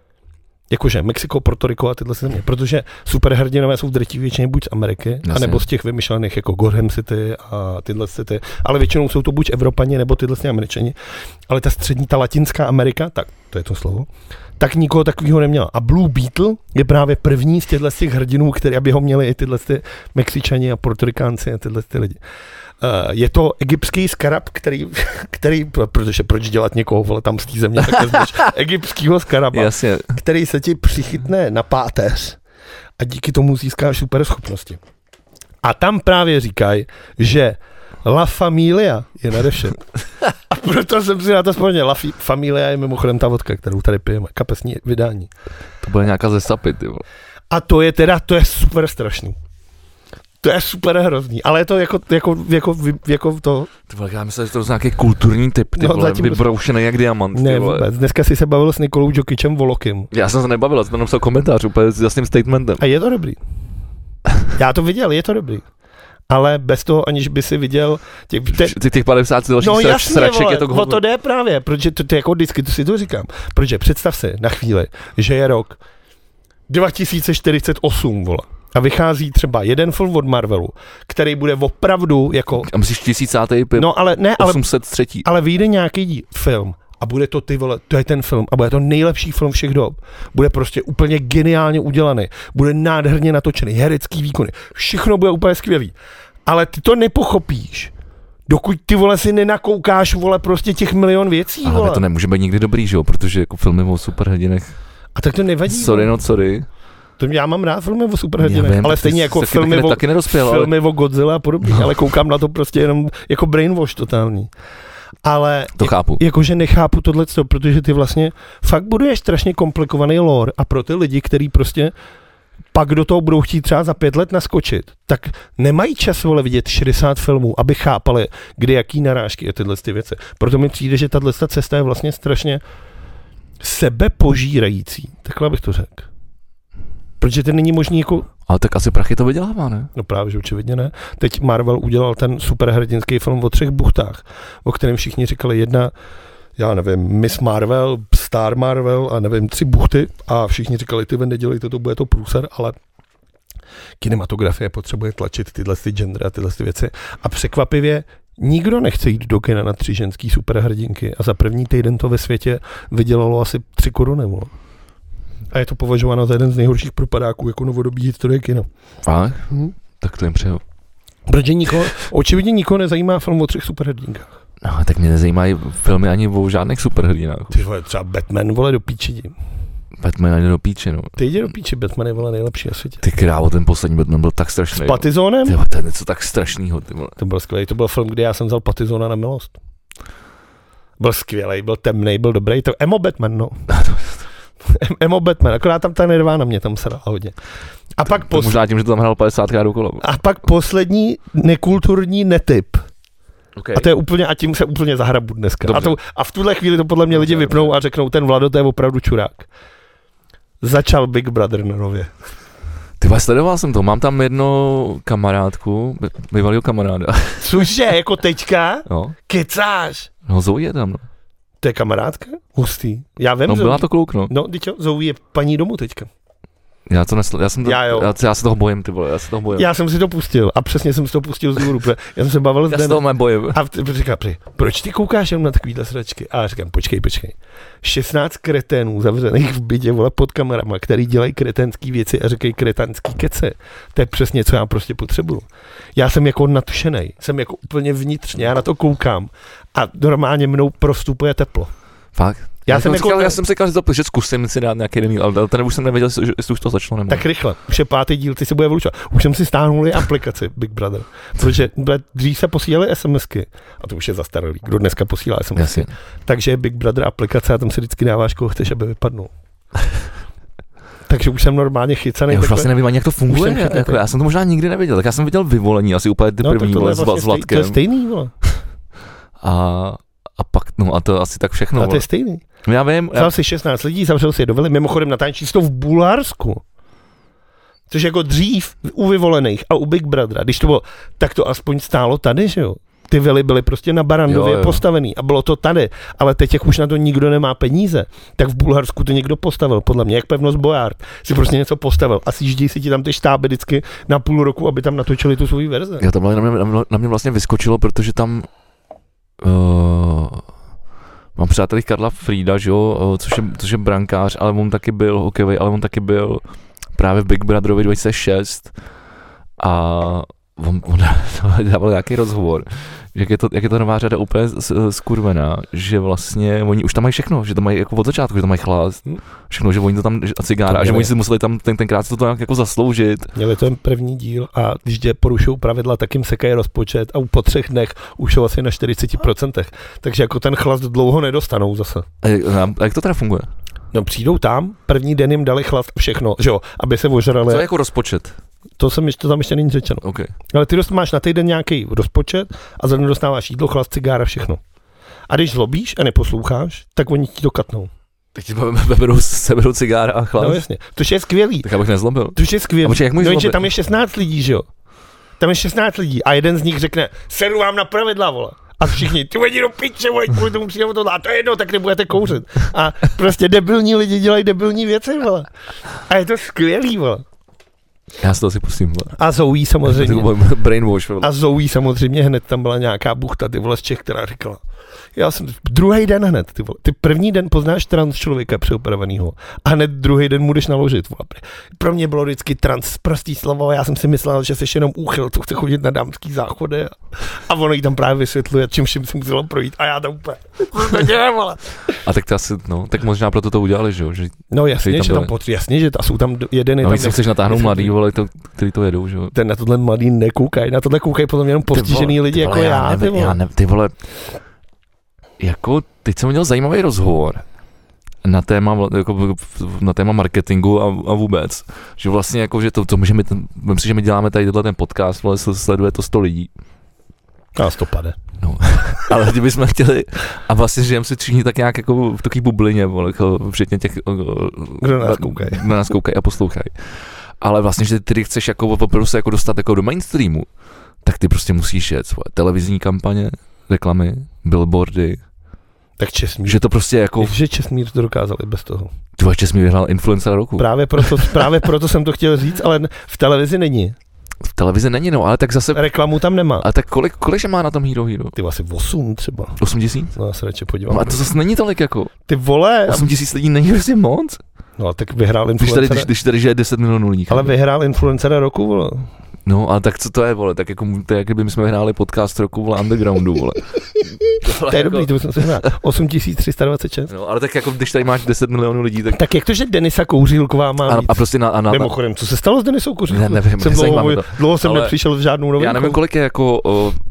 Jakože Mexiko, Puerto Rico a tyhle země, protože superhrdinové jsou v drtivé většině buď z Ameriky, anebo z těch vymyšlených jako Gotham City a tyhle city, ale většinou jsou to buď Evropani, nebo tyhle Američani, ale ta střední, ta latinská Amerika, tak to je to slovo, tak nikoho takového neměla. A Blue Beetle je právě první z těchto těch hrdinů, který aby ho měli i tyhle Mexičani a Portorikánci a tyhle lidi. Je to egyptský skarab, který, protože proč dělat někoho, vole, tam z té země, tak vezmeš egyptskýho skaraba, jasně, který se ti přichytne na páteř a díky tomu získáš super schopnosti. A tam právě říkají, že La Familia je nadevšem. A proto jsem si na to vzpomněl. La Familia je mimochodem ta vodka, kterou tady pijeme, kapesní vydání. To bude nějaká ze sapy, ty vole. A to je super strašný. To je super hrozný, ale je to jako to... Ty vole, já myslím, že to je nějaký kulturní typ, ty vole, vybroušený jak diamant, ty ne, vole. Vůbec. Dneska si se bavil s Nikolou Jokičem Volokim. Já jsem se nebavil, jsem tam napsal komentář úplně s jasným statementem. A je to dobrý. Já to viděl, je to dobrý. ale bez toho, aniž by si viděl těch 50 dalších sraček je to o to jde právě, protože to jako vždycky, to si to říkám, protože představ si na chvíli, že je rok 2048, vole. A vychází třeba jeden film od Marvelu, který bude opravdu jako... A myslíš 1000. No ale ne, 803. Ale vyjde nějaký film a bude to ty vole, to je ten film a bude to nejlepší film všech dob. Bude prostě úplně geniálně udělaný, bude nádherně natočený, herecký výkony, všechno bude úplně skvělý. Ale ty to nepochopíš, dokud ty vole si nenakoukáš vole prostě těch milion věcí, vole. Ale to nemůže být nikdy dobrý, že jo, protože jako filmy o superhrdinech. A tak to nevadí. Sorry. To já mám rád filmy o superhrdinech, ale stejně jako filmy o Godzilla a podobně, ale koukám na to prostě jenom jako brainwash totální. Ale to chápu. Jakože nechápu tohleto, protože ty vlastně fakt buduješ strašně komplikovaný lore a pro ty lidi, kteří prostě pak do toho budou chtít třeba za 5 let naskočit, tak nemají čas vole vidět 60 filmů, aby chápali, kdy jaký narážky a tyhle ty věci. Proto mi přijde, že tato cesta je vlastně strašně sebepožírající. Takhle bych to řekl. Protože to není možný jako... Ale tak asi prachy to vydělává, ne? No právě, že očividně ne. Teď Marvel udělal ten superhrdinský film o 3 buchtách, o kterém všichni říkali jedna, já nevím, Miss Marvel, Star Marvel a nevím, 3 buchty a všichni říkali, ty nedělejte to, bude to průser, ale kinematografie potřebuje tlačit tyhle gendery a tyhle věci. A překvapivě nikdo nechce jít do kina na 3 ženský superhrdinky a za první týden to ve světě vydělalo asi 3 koruny. A je to považováno za jeden z nejhorších propadáků jako novodobí historie kina. Fakt? Tak to jim přeju. Protože očividně nikoho nezajímá film o 3 superhrdinkách. No, tak mě nezajímají filmy ani o žádných superhrdinách. Ty vole, třeba Batman, vole, do píči. Batman ani do píči, no. Ty jde do píči, Batman je, vole, nejlepší na světě. Ty krávo, ten poslední Batman byl tak strašný. S Pattisonem? Ty, to je něco tak strašného, ty vole. To byl skvělý, to byl film, kde já jsem vzal Pattisona na milost. Byl skvělý, byl temný, byl dobrý, to Emo Batman, no. Emo Batman, akorát tam ta Nirvana mě tam srala hodně. A pak možná tím, že to tam hrál 50krát dokola. A pak poslední nekulturní netip. Okay. A to je úplně, a tím se úplně zahrabu dneska. A v tuhle chvíli to podle mě lidi vypnou a řeknou, ten Vlado, to je opravdu čurák. Začal Big Brother na nově. Ty sledoval jsem to, mám tam jedno kamarádku, bývalýho kamaráda. Cože, jako teďka? No. Kecáš? No Zoe je tam, no. To je kamarádka? Hustý. Já vím, no, byla to kluk, no. No, Zoe je paní domu teďka. Já se toho bojím, ty vole, Já jsem si to pustil a přesně jsem si to pustil z důvodu, protože já jsem se bavil s Já se toho bojím. A říká, proč ty koukáš jenom na takovýhle sračky? A já říkám, počkej. 16 kreténů zavřených v bytě, vole, pod kamerama, který dělají kretenský věci a říkají kretenský kece. To je přesně, co já prostě potřebuju. Já jsem jako nadšenej, jsem jako úplně vnitřně, já na to koukám a normálně mnou prostupuje teplo. Fakt? Já jsem si říkal, že zkusím si dát nějaký jiný, ale ten už jsem nevěděl, jestli už to začalo nebo. Tak rychle, už je 5. díl, ty se bude vylučovat. Už jsem si stáhnul aplikaci Big Brother, protože dřív se posílaly SMSky, a to už je zastaralý, kdo dneska posílá SMSky. Jasně. Takže je Big Brother aplikace a tam si vždycky dáváš, koho chceš, aby vypadnul. Takže už jsem normálně chycaný. Já už vlastně nevím ani, jak to funguje. Jako, já jsem to možná nikdy neviděl, tak já jsem viděl Vyvolení, asi úplně ty první s Vladkem. To je stejný, vole. A pak, no a to asi tak všechno. A to je stejný. Já vím. Vzal si 16 lidí, zavřel si je do vily, mimochodem natáčí to v Bulharsku. Což jako dřív u Vyvolených a u Big Brothera, když to bylo, tak to aspoň stálo tady, že jo. Ty vily byly prostě na Barandově postavený a bylo to tady, ale teď, jak už na to nikdo nemá peníze, tak v Bulharsku to někdo postavil, podle mě, jak Pevnost Bojárt, si prostě něco postavil a sjíždí si ti tam ty štáby vždycky na půl roku, aby tam natočili tu svou verzi. Já to na mě vlastně vyskočilo, protože tam mám přátelí Karla Frieda, že jo, což je brankář, ale on taky byl hokejový, ale on taky byl právě v Big Brotherovi 2006 a on dával nějaký rozhovor, jak je to nová řada úplně skurvená, že vlastně oni už tam mají všechno, že tam mají jako od začátku, že tam mají chlast, všechno, že oni to tam a cigára, a že oni si museli tam tenkrát to nějak jako zasloužit. Měli ten první díl a když porušují pravidla, tak jim sekají rozpočet a po 3 dnech už jsou asi na 40%, takže jako ten chlast dlouho nedostanou zase. A jak to teda funguje? No přijdou tam, první den jim dali chlast a všechno, že jo, aby se ožrali. Co je jako rozpočet? To tam ještě není řečeno. Okay. Ale ty máš na týden nějaký rozpočet a za den dostáváš jídlo, chlast, cigára, všechno. A když zlobíš a neposloucháš, tak oni ti dokatnou. Tak ti seberou cigára a chlast. No jasně, to je skvělý. Tak abych nezlobil. To je skvělý. No jenže tam je 16 lidí, že jo? tam je 16 lidí a jeden z nich řekne, seru vám na pravidla, vole. A všichni, ty lidi do piče, vole, kvůli tomu přijde tohle, a to je jedno, tak nebudete kouřit. A prostě debilní lidi dělají debilní věci, vole. A je to skvělý, vole. Já si to asi pustím, vole. A Zoe samozřejmě. Brainwash, vole. A Zoe samozřejmě hned tam byla nějaká buchta, ty vole, z Čech, která říkala, já jsem druhý den hned, ty vole. Ty první den poznáš trans člověka přeoperovanýho a hned druhý den můžeš naložit, vole. Pro mě bylo vždycky trans prostý slovo, já jsem si myslel, že jsi jenom úchyl, co chce chodit na dámský záchody a ono jí tam právě vysvětluje, čím všem si muselo projít a já tam úplně, vole. A tak to asi, no, tak možná proto to udělali, že jo? Že no jasně, že tam jasně, že jsou tam jeden. No, jestli chceš natáhnout mladý, vole, který to jedou, že jo? Ten na tohle mladý nekoukají, na tohle koukají potom jenom postižený lidi jako já, ty vole. Ty vole, jako, teď jsem měl zajímavý rozhovor na téma marketingu a vůbec, že vlastně jako, že to můžeme, myslím si, že my děláme tady ten podcast, vole, sleduje to 100 lidí. A 100 pade. No, ale kdybychom chtěli, a vlastně žijeme si všichni tak nějak jako v takové bublině, vole, jako včetně těch, kdo nás koukají a poslouchají. Ale vlastně, že ty chceš jako opravdu se jako dostat jako do mainstreamu, tak ty prostě musíš jet svoje televizní kampaně, reklamy, billboardy. Tak Česmír. Že to prostě jako... Že Česmír to dokázal i bez toho. Tvoje Česmír vyhrál influencer roku. Právě proto jsem to chtěl říct, ale v televizi není. V televizi není, no, ale tak zase... Reklamu tam nemá. A tak kolik má na tom Hero? Ty asi 8 třeba. 8 000? No, já se radši podívám. No, a to zase není tolik jako. Ty vole. 8 000 lidí není prostě moc. No, tak vyhrál influencera. Když tady žije 10 milionů lidí. Ale vyhrál influencera roku, vole. No, ale tak co to je, vole, tak jako, to je, jak kdyby jsme vyhráli podcast roku, vole, undergroundu, vole. To je dobrý, to bychom se vyhrál. 8326. No, ale tak jako, když tady máš 10 milionů lidí, tak... Tak jak to, že Denisa Kouřilková má víc? A prostě Mimochodem, co se stalo s Denisou Kouřilkovou? Nevím, dlouho jsem nepřišel v žádnou novinku. Já nevím, kolik je jako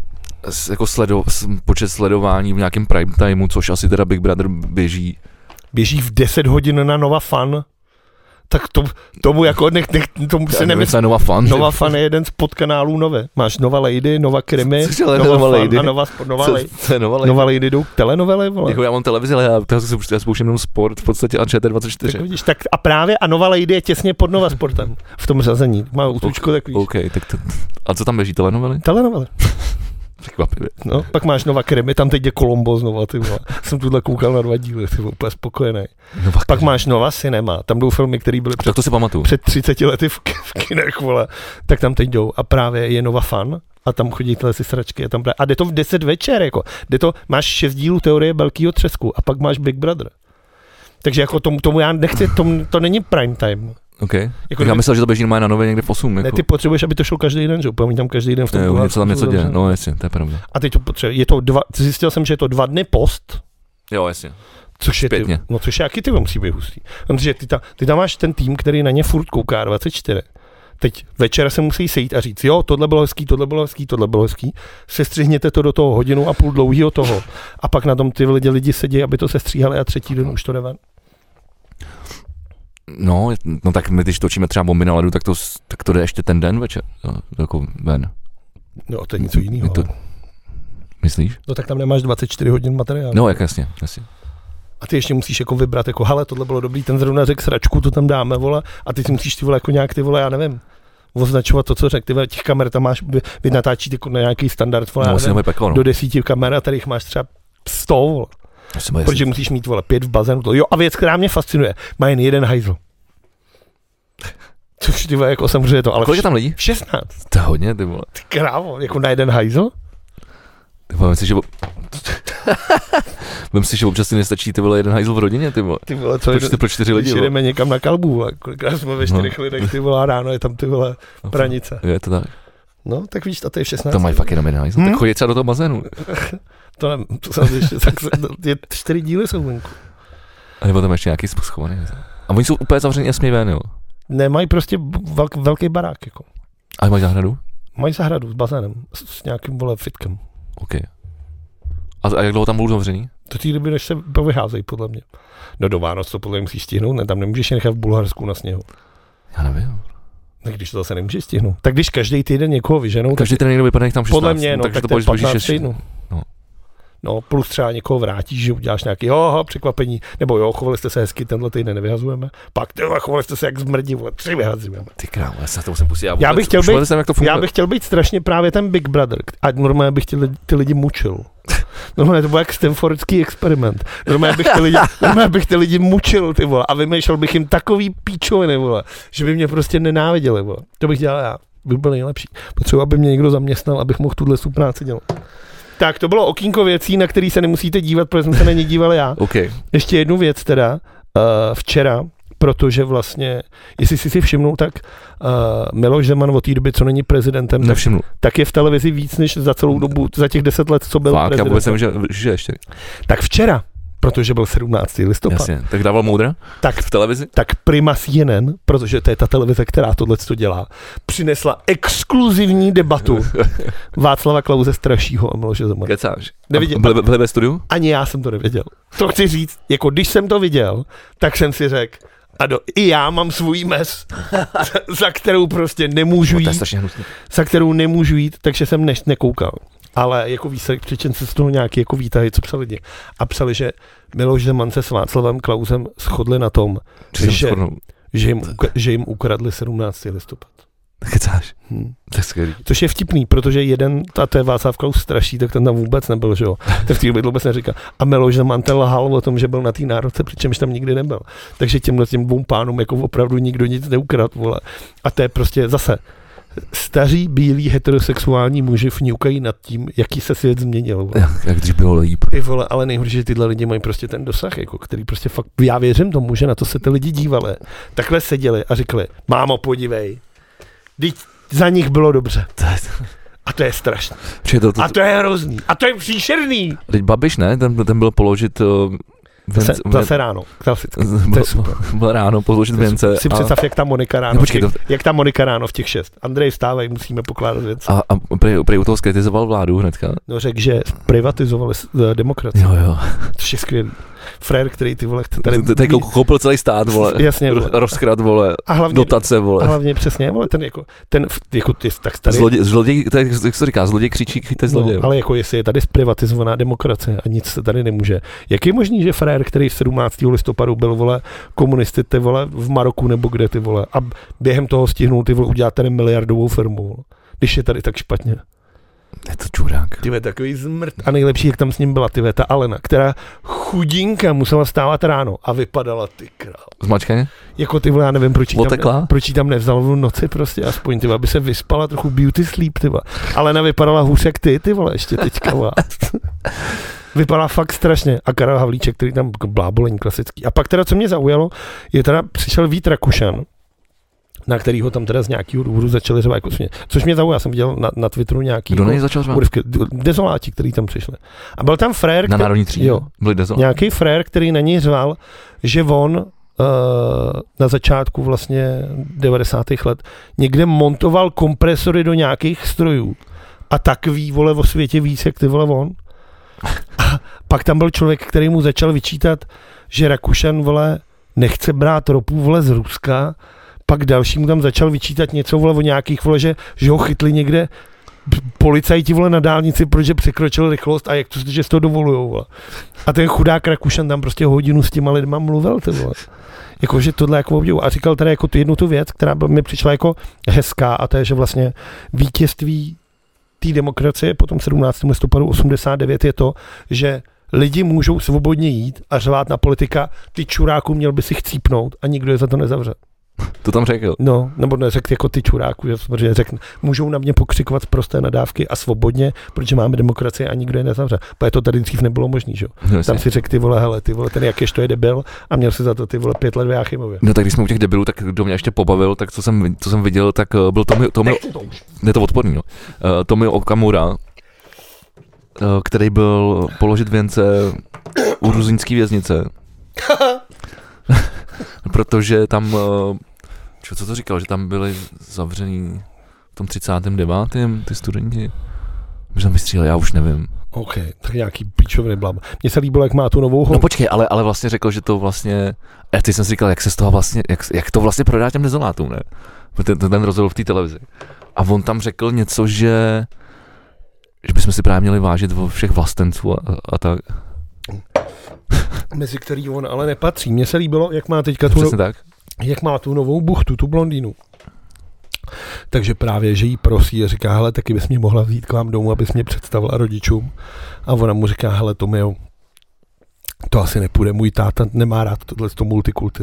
počet sledování v nějakém prime timeu, což asi teda Big Brother běží. Běží v 10 hodin na Nova Fun. Tak tomu jako tomu si nemyslím. Nova Fun je jeden z podkanálů Nové. Máš Nova Lady, Nova Krimi, Nova Lady a Nova Lady jdou telenovely, vole. Jako já mám televizi, ale já spouštím jenom sport v podstatě a ČT24. Tak vidíš, tak a právě a Nova Lady je těsně pod Nova Sportem v tom řazení. Má útučko takový. OK, tak to, a co tam běží, telenovely? Telenovely. Překvapivě. No, pak máš Nova Krimi, tam teď je Colombo znova, ty vole. Jsem tuhle koukal na 2 díly, ty vole, úplně spokojený. Pak máš Nova Cinema, tam jdou filmy, které byly před 30 lety v kinech, vole. Tak tam teď jdou a právě je Nova Fun a tam chodí tyhle si sračky a jde to v 10 večer, jako. Máš 6 dílů teorie Velkýho třesku a pak máš Big Brother. Takže jako tomu já nechci, to není prime time. OK. Jako já myslel, že to běží na Nově někde v 8. Ne, jako. Ty potřebuješ, aby to šlo každý den, že? Úplně tam každý den v tom. Něco tam něco děje, no jasně, to je pravda. A teď to potřebuje, zjistil jsem, že je to 2 dny post. Jo, jasně. Což je jaký ty musí být hustý. Protože ty tam máš ten tým, který na ně furt kouká 24. Teď večer se musí sejít a říct, jo, tohle bylo hezký, sestřihněte to do toho 1,5 hodiny dlouhýho toho. A pak na tom ty lidi sedí, aby to sestříhali a třetí den už to jde ven. No tak my když točíme třeba Bomby na ledu, tak to jde ještě ten den večer, jako ven. No to je něco jiného. Myslíš? No tak tam nemáš 24 hodin materiálu. No jak jasně. A ty ještě musíš jako vybrat, jako hele, tohle bylo dobrý, ten zrovna řekl sračku, to tam dáme, vole, a ty si musíš ty vole jako nějak ty vole, já nevím, označovat to, co řekl, ty vole, těch kamer tam máš, vy natáčíte jako na nějaký standard, vole, peklo, no. Do 10 kamer, a tady máš třeba 100, vole. Protože musíš mít, vole, 5 v bazénu, jo, a věc, která mě fascinuje, má jen jeden hajzl. Což ty vole, jako samozřejmě to, ale... Kolik je tam lidí? 16. To je hodně, ty vole. Ty krávo, jako na jeden hajzl? Vem si, že občas si nestačí, ty vole, jeden hajzl v rodině, ty vole. Ty vole, co pro 4 lidi, když jdeme někam na kalbu, vole, kolikrát jsme ve 4 lidech, ty vole, ráno je tam ty vole pranice. Je to tak. No, tak víš, a to je 16. To mají fakt jenom jeden hajzl, tak chodí třeba do toho bazénu. To nevím, to jsem ještě, je 4 díly jsou venku. A nebo tam ještě nějaký schovaný. A oni jsou úplně zavřený a smí ven, jo? Ne, mají prostě velký barák, jako. A mají zahradu? Mají zahradu s bazénem, s nějakým, vole, fitkem. OK. A jak dlouho tam budou zavřený? Do té doby, než se vyházejí, podle mě. No do Vánoc to podle mě musíš stihnout, ne, tam nemůžeš je nechat v Bulharsku na sněhu. Já nevím. Tak když to zase nemůžeš stihnout. Tak když každý týden někoho vyženou... Každý týden někdo vypadne, tam 16. Podle mě, no, takže tak to je 15 týdnů. No. No, plus třeba někoho vrátíš, že uděláš nějaký překvapení, nebo jo, chovali jste se hezky, tenhle týden nevyhazujeme, pak chovali jste se jak zmrdí, 3 vyhazujeme. Ty krávo, já se to musím pustit. Já bych chtěl být strašně právě ten Big Brother, a normálně bych ty lidi mučil. Normálně to byl jak stanfordský experiment. Normálně bych ty lidi mučil, ty vole, a vymýšlel bych jim takový píčoviny, vole, že by mě prostě nenáviděli, vole. To bych dělal já, by byl nejlepší. Potřeba, aby mě někdo zaměstnal, abych mohl tuhle práci dělat. Tak, to bylo okýnko věcí, na který se nemusíte dívat, protože jsem se na ně díval já. Okay. Ještě jednu věc teda, včera, protože vlastně, jestli jsi si všimnul, tak Miloš Zeman od té doby, co není prezidentem, tak je v televizi víc než za celou dobu, za těch 10 let, co byl prezidentem. Já vůbec nevím, že ještě. Tak včera, protože byl 17. listopad. Jasně, tak dával moudra v televizi? Tak Prima CNN, protože to je ta televize, která tohleto dělá, přinesla exkluzivní debatu Václava Klause staršího a Miloše Zemana. Kecáš. Byli ve studiu? Ani já jsem to nevěděl. To chci říct, jako když jsem to viděl, tak jsem si řekl, i já mám svůj mes, za kterou prostě nemůžu jít, takže jsem nekoukal. Ale jako výsledek přečen se z toho nějaký jako výtahy, co psali lidi. A psali, že Miloš Zeman se s Václavem Klausem shodli na tom, že jim ukradli 17. listopad. Kecáš. To je skvělý. Což je vtipný, protože jeden, a to je Václav Klaus straší, tak ten tam vůbec nebyl, že jo. To v té době vůbec neříkal. A Miloš Zeman ten lhal o tom, že byl na té národce, přičemž tam nikdy nebyl. Takže těm dvou pánům jako opravdu nikdo nic neukradl, vole. A to je prostě zase staří, bílí, heterosexuální muži fňukají nad tím, jaký se svět změnil. Jak dřív bylo líp. Ty vole, ale nejhorší, že tyhle lidi mají prostě ten dosah, jako, který prostě fakt, já věřím tomu, že na to se ty lidi dívali. Takhle seděli a řekli, mámo, podívej, teď za nich bylo dobře. A to je strašné. A to je hrozný. A to je příšerný. Teď Babiš, ne? Ten byl položit... Zase ráno, klasicky. To je super. Byl ráno položit věnce. Si představ, jak ta Monika ráno, jak ta Monika ráno v těch 6. Andrej, vstávej, musíme pokládat věci. A prej u toho skritizoval vládu hnedka? No řekl, že privatizovali demokracii. Jo. To je skvělý. Frér, který ty vole chce tady... Teď koupil celý stát, vole. Jasně, vole. Rozkrat, vole. A hlavně, dotace, vole. A hlavně přesně, vole, ten ty tak tady... Zloděj, jak se říká, zloděj křičí, chyťte zloděj. No, ale jako jestli je tady zprivatizovaná demokracie a nic se tady nemůže. Jak je možný, že Frér, který 17. listopadu byl, vole, komunisty, ty vole, v Maroku nebo kde, ty vole, a během toho stihnul, ty vole, udělat tady miliardovou firmu, vole, když je tady tak špatně. Je to čurák. Tyve, takový zmrt. A nejlepší, jak tam s ním byla, tyve, ta Alena, která chudinka musela stávat ráno a vypadala, ty král. Zmačkaně? Jako ty vole, já nevím, proč jí tam nevzal v noci prostě, aspoň tyva, aby se vyspala trochu beauty sleep, tyva. Alena vypadala hůř jak ty vole, ještě teďka, vole. Vypadá fakt strašně. A Karel Havlíček, který tam blábolení klasický. A pak teda, co mě zaujalo, je teda přišel Vít Rakušan, na kterýho tam teda z nějakého důvodu začali řvat jako smět. Což mě zaujalo, já jsem viděl na Twitteru nějaký... Kdo nej začal řvat? Dezoláti, který tam přišli. A byl tam frér... Na Národní třídě? Jo. Byli dezoláti. Nějaký frér, který na něj řval, že on na začátku vlastně 90. let někde montoval kompresory do nějakých strojů. A takový, vole, o světě víc, jak ty, vole, on. A pak tam byl člověk, který mu začal vyčítat, že Rakušan, vole, nechce brát ropu, vole, z Ruska. Pak další mu tam začal vyčítat něco, vole, o nějakých, vole, že ho chytli někde policajti, vole, na dálnici, protože překročil rychlost a jak to, že si to dovolujou, vole. A ten chudák Rakušan tam prostě hodinu s těma lidma mluvil, ty vole. Jakože tohle jako obdivu. A říkal tady jako jednu tu věc, která mi přišla jako hezká, a to je, že vlastně vítězství té demokracie po tom 17. listopadu 89 je to, že lidi můžou svobodně jít a řvát na politika, ty čuráku, měl by si chcípnout a nikdo je za to nezavře. To tam řekl. No, nebo neřekl jako ty čuráku, že řekl, můžou na mě pokřikovat prosté nadávky a svobodně, protože máme demokracii a nikdo je nezavře. Protože to tady dřív nebylo možný, že jo. No, tam si řekl, ty vole, hele, ty vole, ten Jakeš to je debil a měl si za to ty vole 5 let v Jáchymově. No tak když jsme u těch debilů, tak kdo mě ještě pobavil, tak co jsem viděl, tak byl to odporný, no. Tomio Okamura, který byl položit věnce u ruzinské věznice. Protože tam, co to říkal, že tam byli zavřený v tom 39. ty studenti, že tam vystříleli, já už nevím. OK, tak nějaký píčoviny blabla. Mně se líbilo, jak má tu novou hru. No počkej, ale vlastně řekl, že to vlastně, teď jsem si říkal, jak se z toho vlastně, jak to vlastně prodá těm dezolátům, ne? Ten rozhovor v té televizi. A on tam řekl něco, že že bychom si právě měli vážit o všech vlastenců a tak. Mezi který on ale nepatří. Mně se líbilo, jak má teďka jak má tu novou buchtu, tu blondýnu. Takže právě, že jí prosí a říká, hele, taky bys mě mohla vzít k vám domů, abys mě představila rodičům. A ona mu říká, hele, Tomio, to asi nepůjde, můj táta nemá rád tohleto multikulty.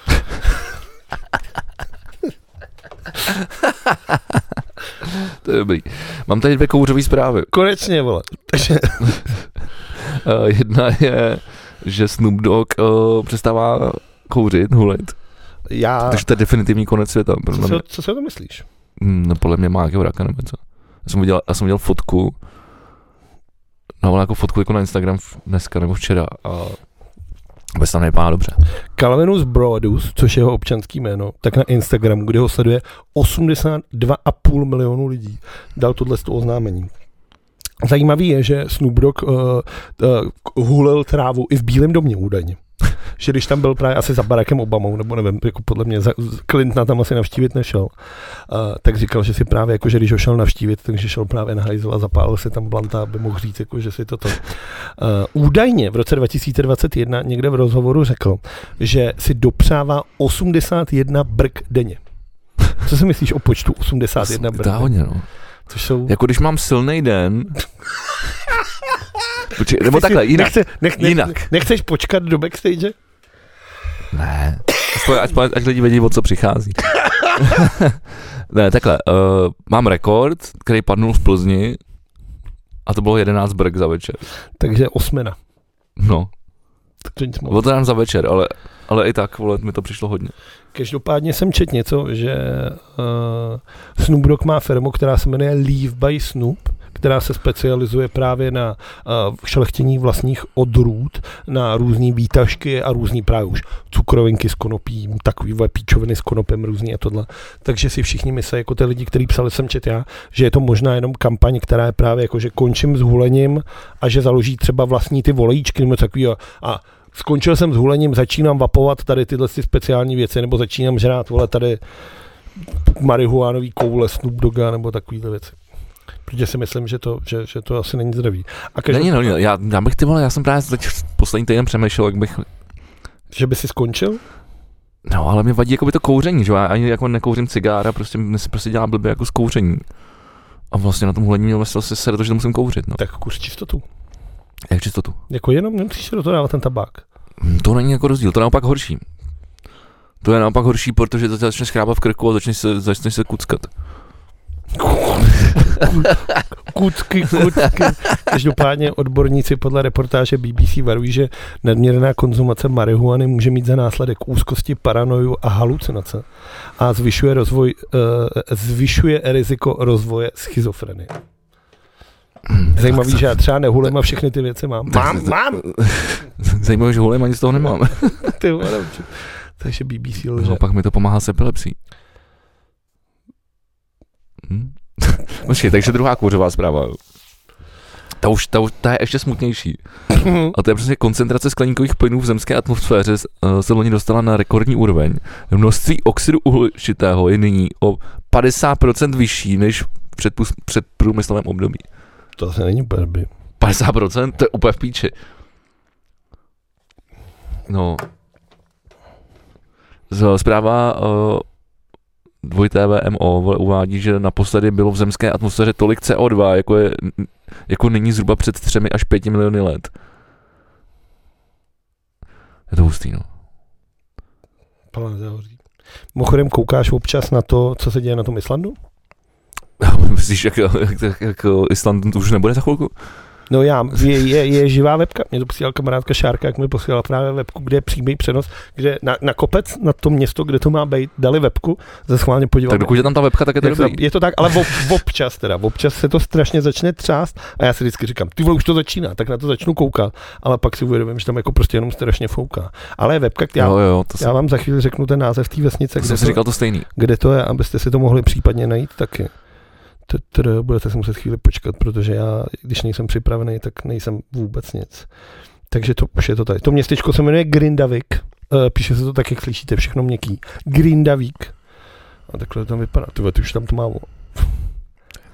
To je dobrý. Mám tady 2 kouřové zprávy. Konečně, vole. Takže... Jedna je, že Snoop Dogg přestává kouřit, hulit. Takže to je definitivní konec světa. Co si o to myslíš? No, podle mě má nějakého raka nebo co. Já jsem viděl fotku, jako fotku jako na Instagram dneska nebo včera a vůbec tam nevypadá dobře. Calvinus Broadus, což je jeho občanský jméno, tak na Instagramu, kde ho sleduje 82,5 milionu lidí, dal tohleto oznámení. Zajímavý je, že Snoop Dogg hulil trávu i v Bílém domě údajně. Že když tam byl právě asi za Barackem Obamou, nebo nevím, jako podle mě Clintona tam asi navštívit nešel, tak říkal, že si právě, jako, že když ho šel navštívit, takže šel právě na hajzl a zapálil si tam blanta, aby mohl říct, jako, že si toto. Údajně v roce 2021 někde v rozhovoru řekl, že si dopřává 81 brk denně. Co si myslíš o počtu 81 brk? Hodně, no. Což jsou... Jako když mám silný den... Počkej, nebo takhle, jinak. Nechceš počkat do backstage? Ne, ať lidi vědí, o co přichází. Ne, takhle, mám rekord, který padnul v Plzni a to bylo 11 brk za večer. Takže 8. No. Bylo to nám za večer, ale i tak, vole, mi to přišlo hodně. Každopádně jsem četl něco, že Snoop Dogg má firmu, která se jmenuje Leave by Snoop, která se specializuje právě na šlechtění vlastních odrůd, na různý výtažky a různý právě už cukrovinky s konopí, takovýhle píčoviny s konopem různý a tohle. Takže si všichni myslí, jako ty lidi, kteří psali, jsem čet já, že je to možná jenom kampaň, která je právě jako, že končím s hulením a že založí třeba vlastní ty volajíčky nebo takovýho a skončil jsem s hulením, začínám vapovat tady tyhle speciální věci, nebo začínám žrát, vole, tady marihuánový koule Snoop Dogga, nebo takovýhle věci. Protože si myslím, že to asi není zdravý. Já bych já jsem právě poslední týden přemýšlel, jak bych... Že by si skončil? No, ale mě vadí jakoby to kouření, že já ani jako nekouřím cigára, prostě dělám blbě jako z kouření. A vlastně na tom hulení mě vlastně sere to, že to musím kouřit, no. Tak kuř čistotu. Jak čistotu? Jako jenom nemusíš do toho dávat ten tabák. To není jako rozdíl, to je naopak horší. To je naopak horší, protože to začne schrábat v krku a začneš se kuckat. Kucky. Každopádně odborníci podle reportáže BBC varují, že nadměrná konzumace marihuany může mít za následek úzkosti, paranoju a halucinace a zvyšuje riziko rozvoje schizofrenie. Zajímavý, že já třeba nehulem a všechny ty věci mám. Mám! Zajímavé, že hulem ani z toho nemám. Ty vole, takže BBC lže. No, pak mi to pomáhá s epilepsí. Počkej, takže druhá kouřová zpráva. Ta je ještě smutnější. A to je prostě koncentrace skleníkových plynů v zemské atmosféře se loni dostala na rekordní úroveň. Množství oxidu uhličitého je nyní o 50% vyšší než před průmyslovém období. To asi není úplně dobrý. 50%? To je úplně v píči. No. Zpráva VMO uvádí, že naposledy bylo v zemské atmosféře tolik CO2, jako nyní zhruba před 3 až 5 miliony let. Je to hustý, no. Mimochodem koukáš občas na to, co se děje na tom Islandu? Myslíš, jak Island už nebude za chvilku? No je živá webka, mě to posílala kamarádka Šárka, jak mi posílala právě webku, kde je přímý přenos, kde na kopec, na to město, kde to má být, dali webku, ze schválně podívat. Tak dokud je tam ta webka, tak je to dobrý. Je to tak, ale občas se to strašně začne třást a já si vždycky říkám, ty vole, už to začíná, tak na to začnu koukat, ale pak si uvědomím, že tam jako prostě jenom strašně fouká. Ale je webka, já vám za chvíli řeknu ten název té vesnice, kde to je, abyste si to mohli případně najít taky. Budete si muset chvíli počkat, protože já, když nejsem připravený, tak nejsem vůbec nic. Takže to už je to tady. To městečko se jmenuje Grindavik. Píše se to tak, jak slyšíte, všechno měkký. Grindavik. A takhle to tam vypadá. Ty už tam to má.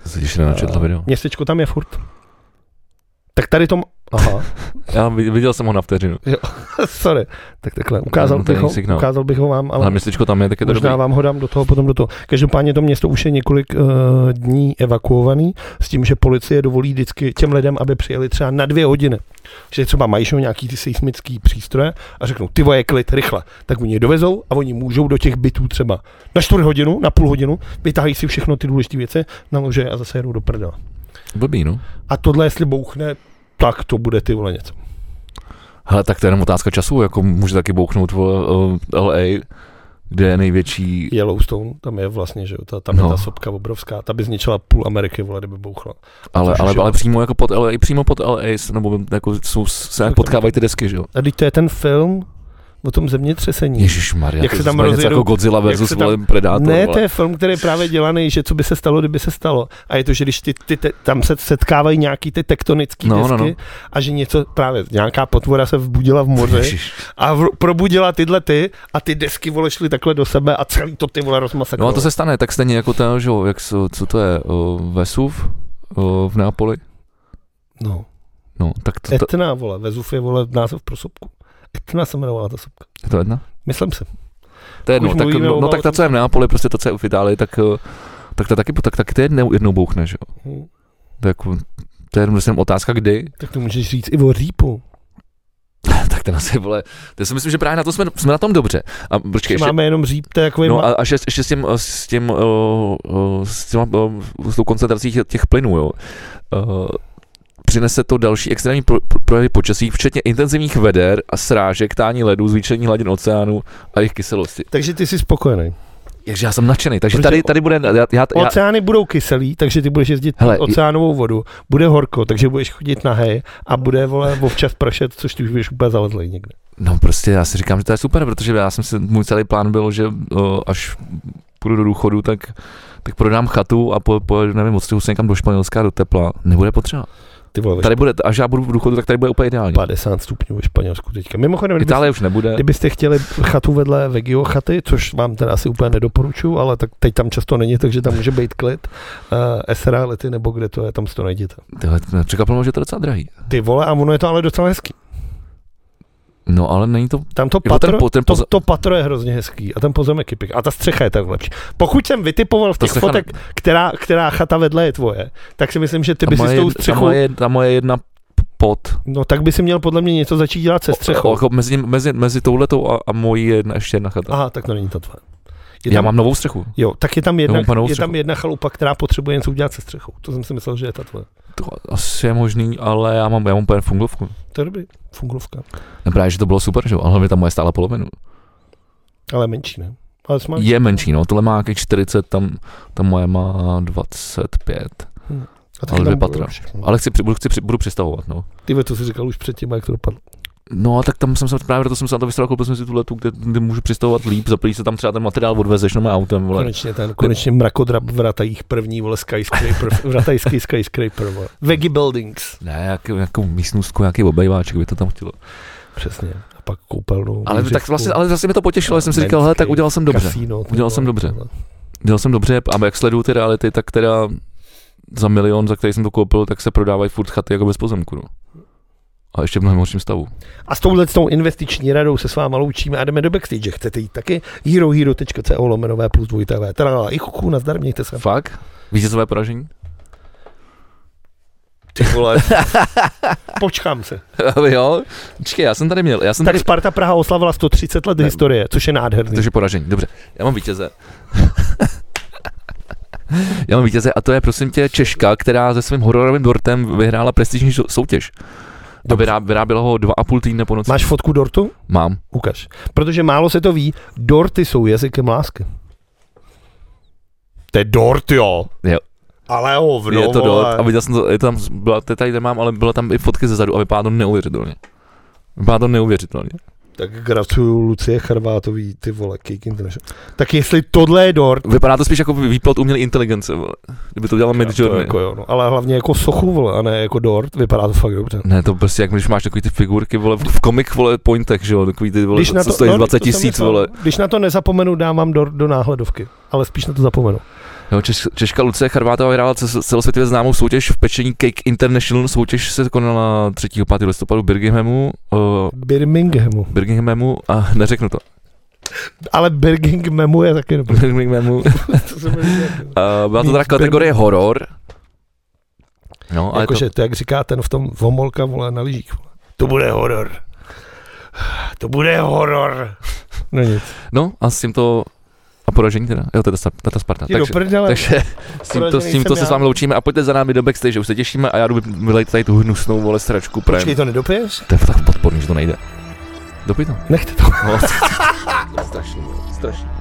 Se ještě nenačetl video. Městečko tam je furt. Tak tady tom... Aha. Já viděl jsem ho na vteřinu. Jo, sorry. Tak takhle, ukázal bych ho vám, ale městečko tam je, tak je to možná dobrý. vám ho dám do toho, potom do toho. Každopádně to město už je několik dní evakuovaný s tím, že policie dovolí vždycky těm lidem, aby přijeli třeba na 2 hodiny. Že třeba mají nějaký ty seismický přístroje a řeknou, ty vole, klid, rychle. Tak oni je dovezou a oni můžou do těch bytů třeba na 4 hodinu, na půl hodinu, vytáhají si všechno ty důležité věci, naloží a zase jedou do prdela. Blbý, no. A tohle, jestli bouchne, tak to bude ty vole něco. Hele, tak to je jenom otázka času, jako může taky bouchnout LA, kde je největší... Yellowstone, tam je vlastně, že jo, tam je ta sopka obrovská, ta by zničila půl Ameriky, vole, kdyby bouchla. Ale přímo jako pod LA, nebo jako se potkávají ty desky, že jo. A teď to je ten film o tom zemětřesení. Ježišmarja, jak se tam rozjedou, jako Godzilla versus Predator. Ne, to je film, který je právě dělaný, že co by se stalo, kdyby se stalo. A je to, že když tam se setkávají nějaký ty tektonické desky a že něco právě, nějaká potvora se vbudila v moři a probudila tyhle a ty desky, vole, šly takhle do sebe a celý to ty, vole, rozmasakrovalo. No a to se stane, tak stejně jako ten, že jo, co to je, Vesuv v Neapoli? No, tak to... Etna, vole, Vesuv je, vole, název pro sopku. Etna se jmenovala ta sopka. Je to Etna? Myslím si. To je jedno, tak ta, co je v Neapoli, prostě to, co je v Itálii, tak to taky to jednou bouchne, že jo. To je jenom otázka, kdy. Tak to můžeš říct i o řípu. Tak ten asi, vole, to si myslím, že právě na to jsme na tom dobře. A počkej, ještě, máme jenom říp, to je jako... No a ještě s tou koncentrací těch plynů, jo. Přinese to další extrémní projevy počasí, včetně intenzivních veder a srážek, tání ledů, zvýšení hladin oceánu a jejich kyselosti. Takže ty jsi spokojený. Takže já jsem nadšený, takže tady bude... Oceány budou kyselý, takže ty budeš jezdit oceánovou vodu, bude horko, takže budeš chodit nahej a bude, vole, občas pršet, což ty už budeš úplně zalezlej někde. No prostě já si říkám, že to je super, protože můj celý plán byl, že až půjdu do důchodu, tak prodám chatu a nevím, odstěhu se někam do Španělska, do tepla, nebude potřeba. Tady bude, až já budu v důchodu, tak tady bude úplně ideální. 50 stupňů ve Španělsku teďka. Mimochodem, Itálie už nebude. Kdybyste chtěli chatu vedle Vegio chaty, což vám teda asi úplně nedoporučuju, ale tak teď tam často není, takže tam může být klid. SRA lety, nebo kde to je, tam si to najděte. Tyhle, překvapilo, že to je docela drahý. Ty vole, a ono je to ale docela hezký. No, ale není to... Tam to patro je hrozně hezký a ten pozemek je pěkný. A ta střecha je tak lepší. Pokud jsem vytipoval v těch fotek, která chata vedle je tvoje, tak si myslím, že ty bys si s tou střechou... Ta moje jedna pod. No tak by si měl podle mě něco začít dělat se střechou. Mezi touhletou a mojí ještě jedna chata. Aha, tak to není to tvoje. Já mám novou střechu. Jo, tak je tam jedna chalupa, která potřebuje něco udělat se střechou. To jsem si myslel, že je ta tvoje. To asi je možný, ale já mám úplně funglovku. To je dobrý, funglovka. No právě, že to bylo super, že? Ale hlavně ta moje stála polovinu. Ale menší, ne? Ale je menší, no. Tohle má nějakých 40, tam moje má 25. Ale 2 patra. Ale budu přestavovat, no. Ty to si říkal už předtím, jak to dopadlo. No a tak tam jsem se právě, proto jsem se na to vystaral, koupil jsem si tuhletu, kde můžu přistavovat líp, zaplní se tam třeba ten materiál, odvezeš na mé autem, vole. Konečně mrakodrap vratají první, vole, vratajský skyscraper, vole. Veggie buildings. Ne, jako místnostku, nějaký obejváček by to tam chtělo. Přesně. A pak koupelnu. Ale zase mi to potěšilo, jsem si říkal, hele, tak udělal jsem dobře. Udělal jsem dobře, a jak sleduju ty reality, tak teda za 1 milion, za který jsem to koupil, tak se prodávají furt chaty jako bez pozemku, no. A ještě v mnohem horším stavu. A s touhletou investiční radou se s váma loučíme a jdeme do backstage. Chcete jít taky? herohero.co/+2tv. Teda i chuchu, nazdar, mějte se. Fakt? Vítězové poražení? Ty vole. Počkám se. Jo? Počkej, já jsem tady měl. Tak Sparta Praha oslavila 130 let historie, což je nádherný. To je poražení, dobře. Já mám vítěze. Já mám vítěze a to je, prosím tě, Češka, která se svým hororovým dortem vyhrála prestižní soutěž. Vyráběla ho 2,5 týdne po noci. Máš fotku dortu? Mám. Ukaž. Protože málo se to ví, dorty jsou jazykem lásky. To je dort, jo. Jo. Ale hovno, je to dort. A viděl jsem to, tady nemám, ale byla tam i fotky zezadu a vypadá to neuvěřitelně. Tak gratuluju Lucie Charvátový, ty vole, Cake International. Tak jestli tohle je dort... Vypadá to spíš jako výplod umělé inteligence, vole. Kdyby to dělal Midjourney. Jako jo, no. Ale hlavně jako sochu, vole, a ne jako dort, vypadá to fakt dobře. Ne, to prostě jak když máš takový ty figurky, vole, v comic, vole, pointech, že jo, takový ty, vole, co stojí 20 000, vole. Když na to nezapomenu, dám vám do náhledovky, ale spíš na to zapomenu. Jo, Češka Lucie Charvátová vyhrála celosvětově známou soutěž v pečení Cake International. Soutěž se konala 3. 5. listopadu v Birminghamu a neřeknu to. Ale Birminghamu je taky dobrý. Birminghamu. Byla to teda kategorie horor. No, jakože to, jak říká ten v tom Vomolka, vole, na lyžích. To bude horor. To bude horor. No nic. No a s tímto a poražení teda. Jo, to je ta Sparta. Takže s tímto se s vámi loučíme a pojďte za námi do backstage, už se těšíme a já jdu vylejt tady tu hnusnou, vole, sračku. Počkej, to nedopiješ? To je tak podporný, že to nejde. Dopij to. Nechte to. No, strašný.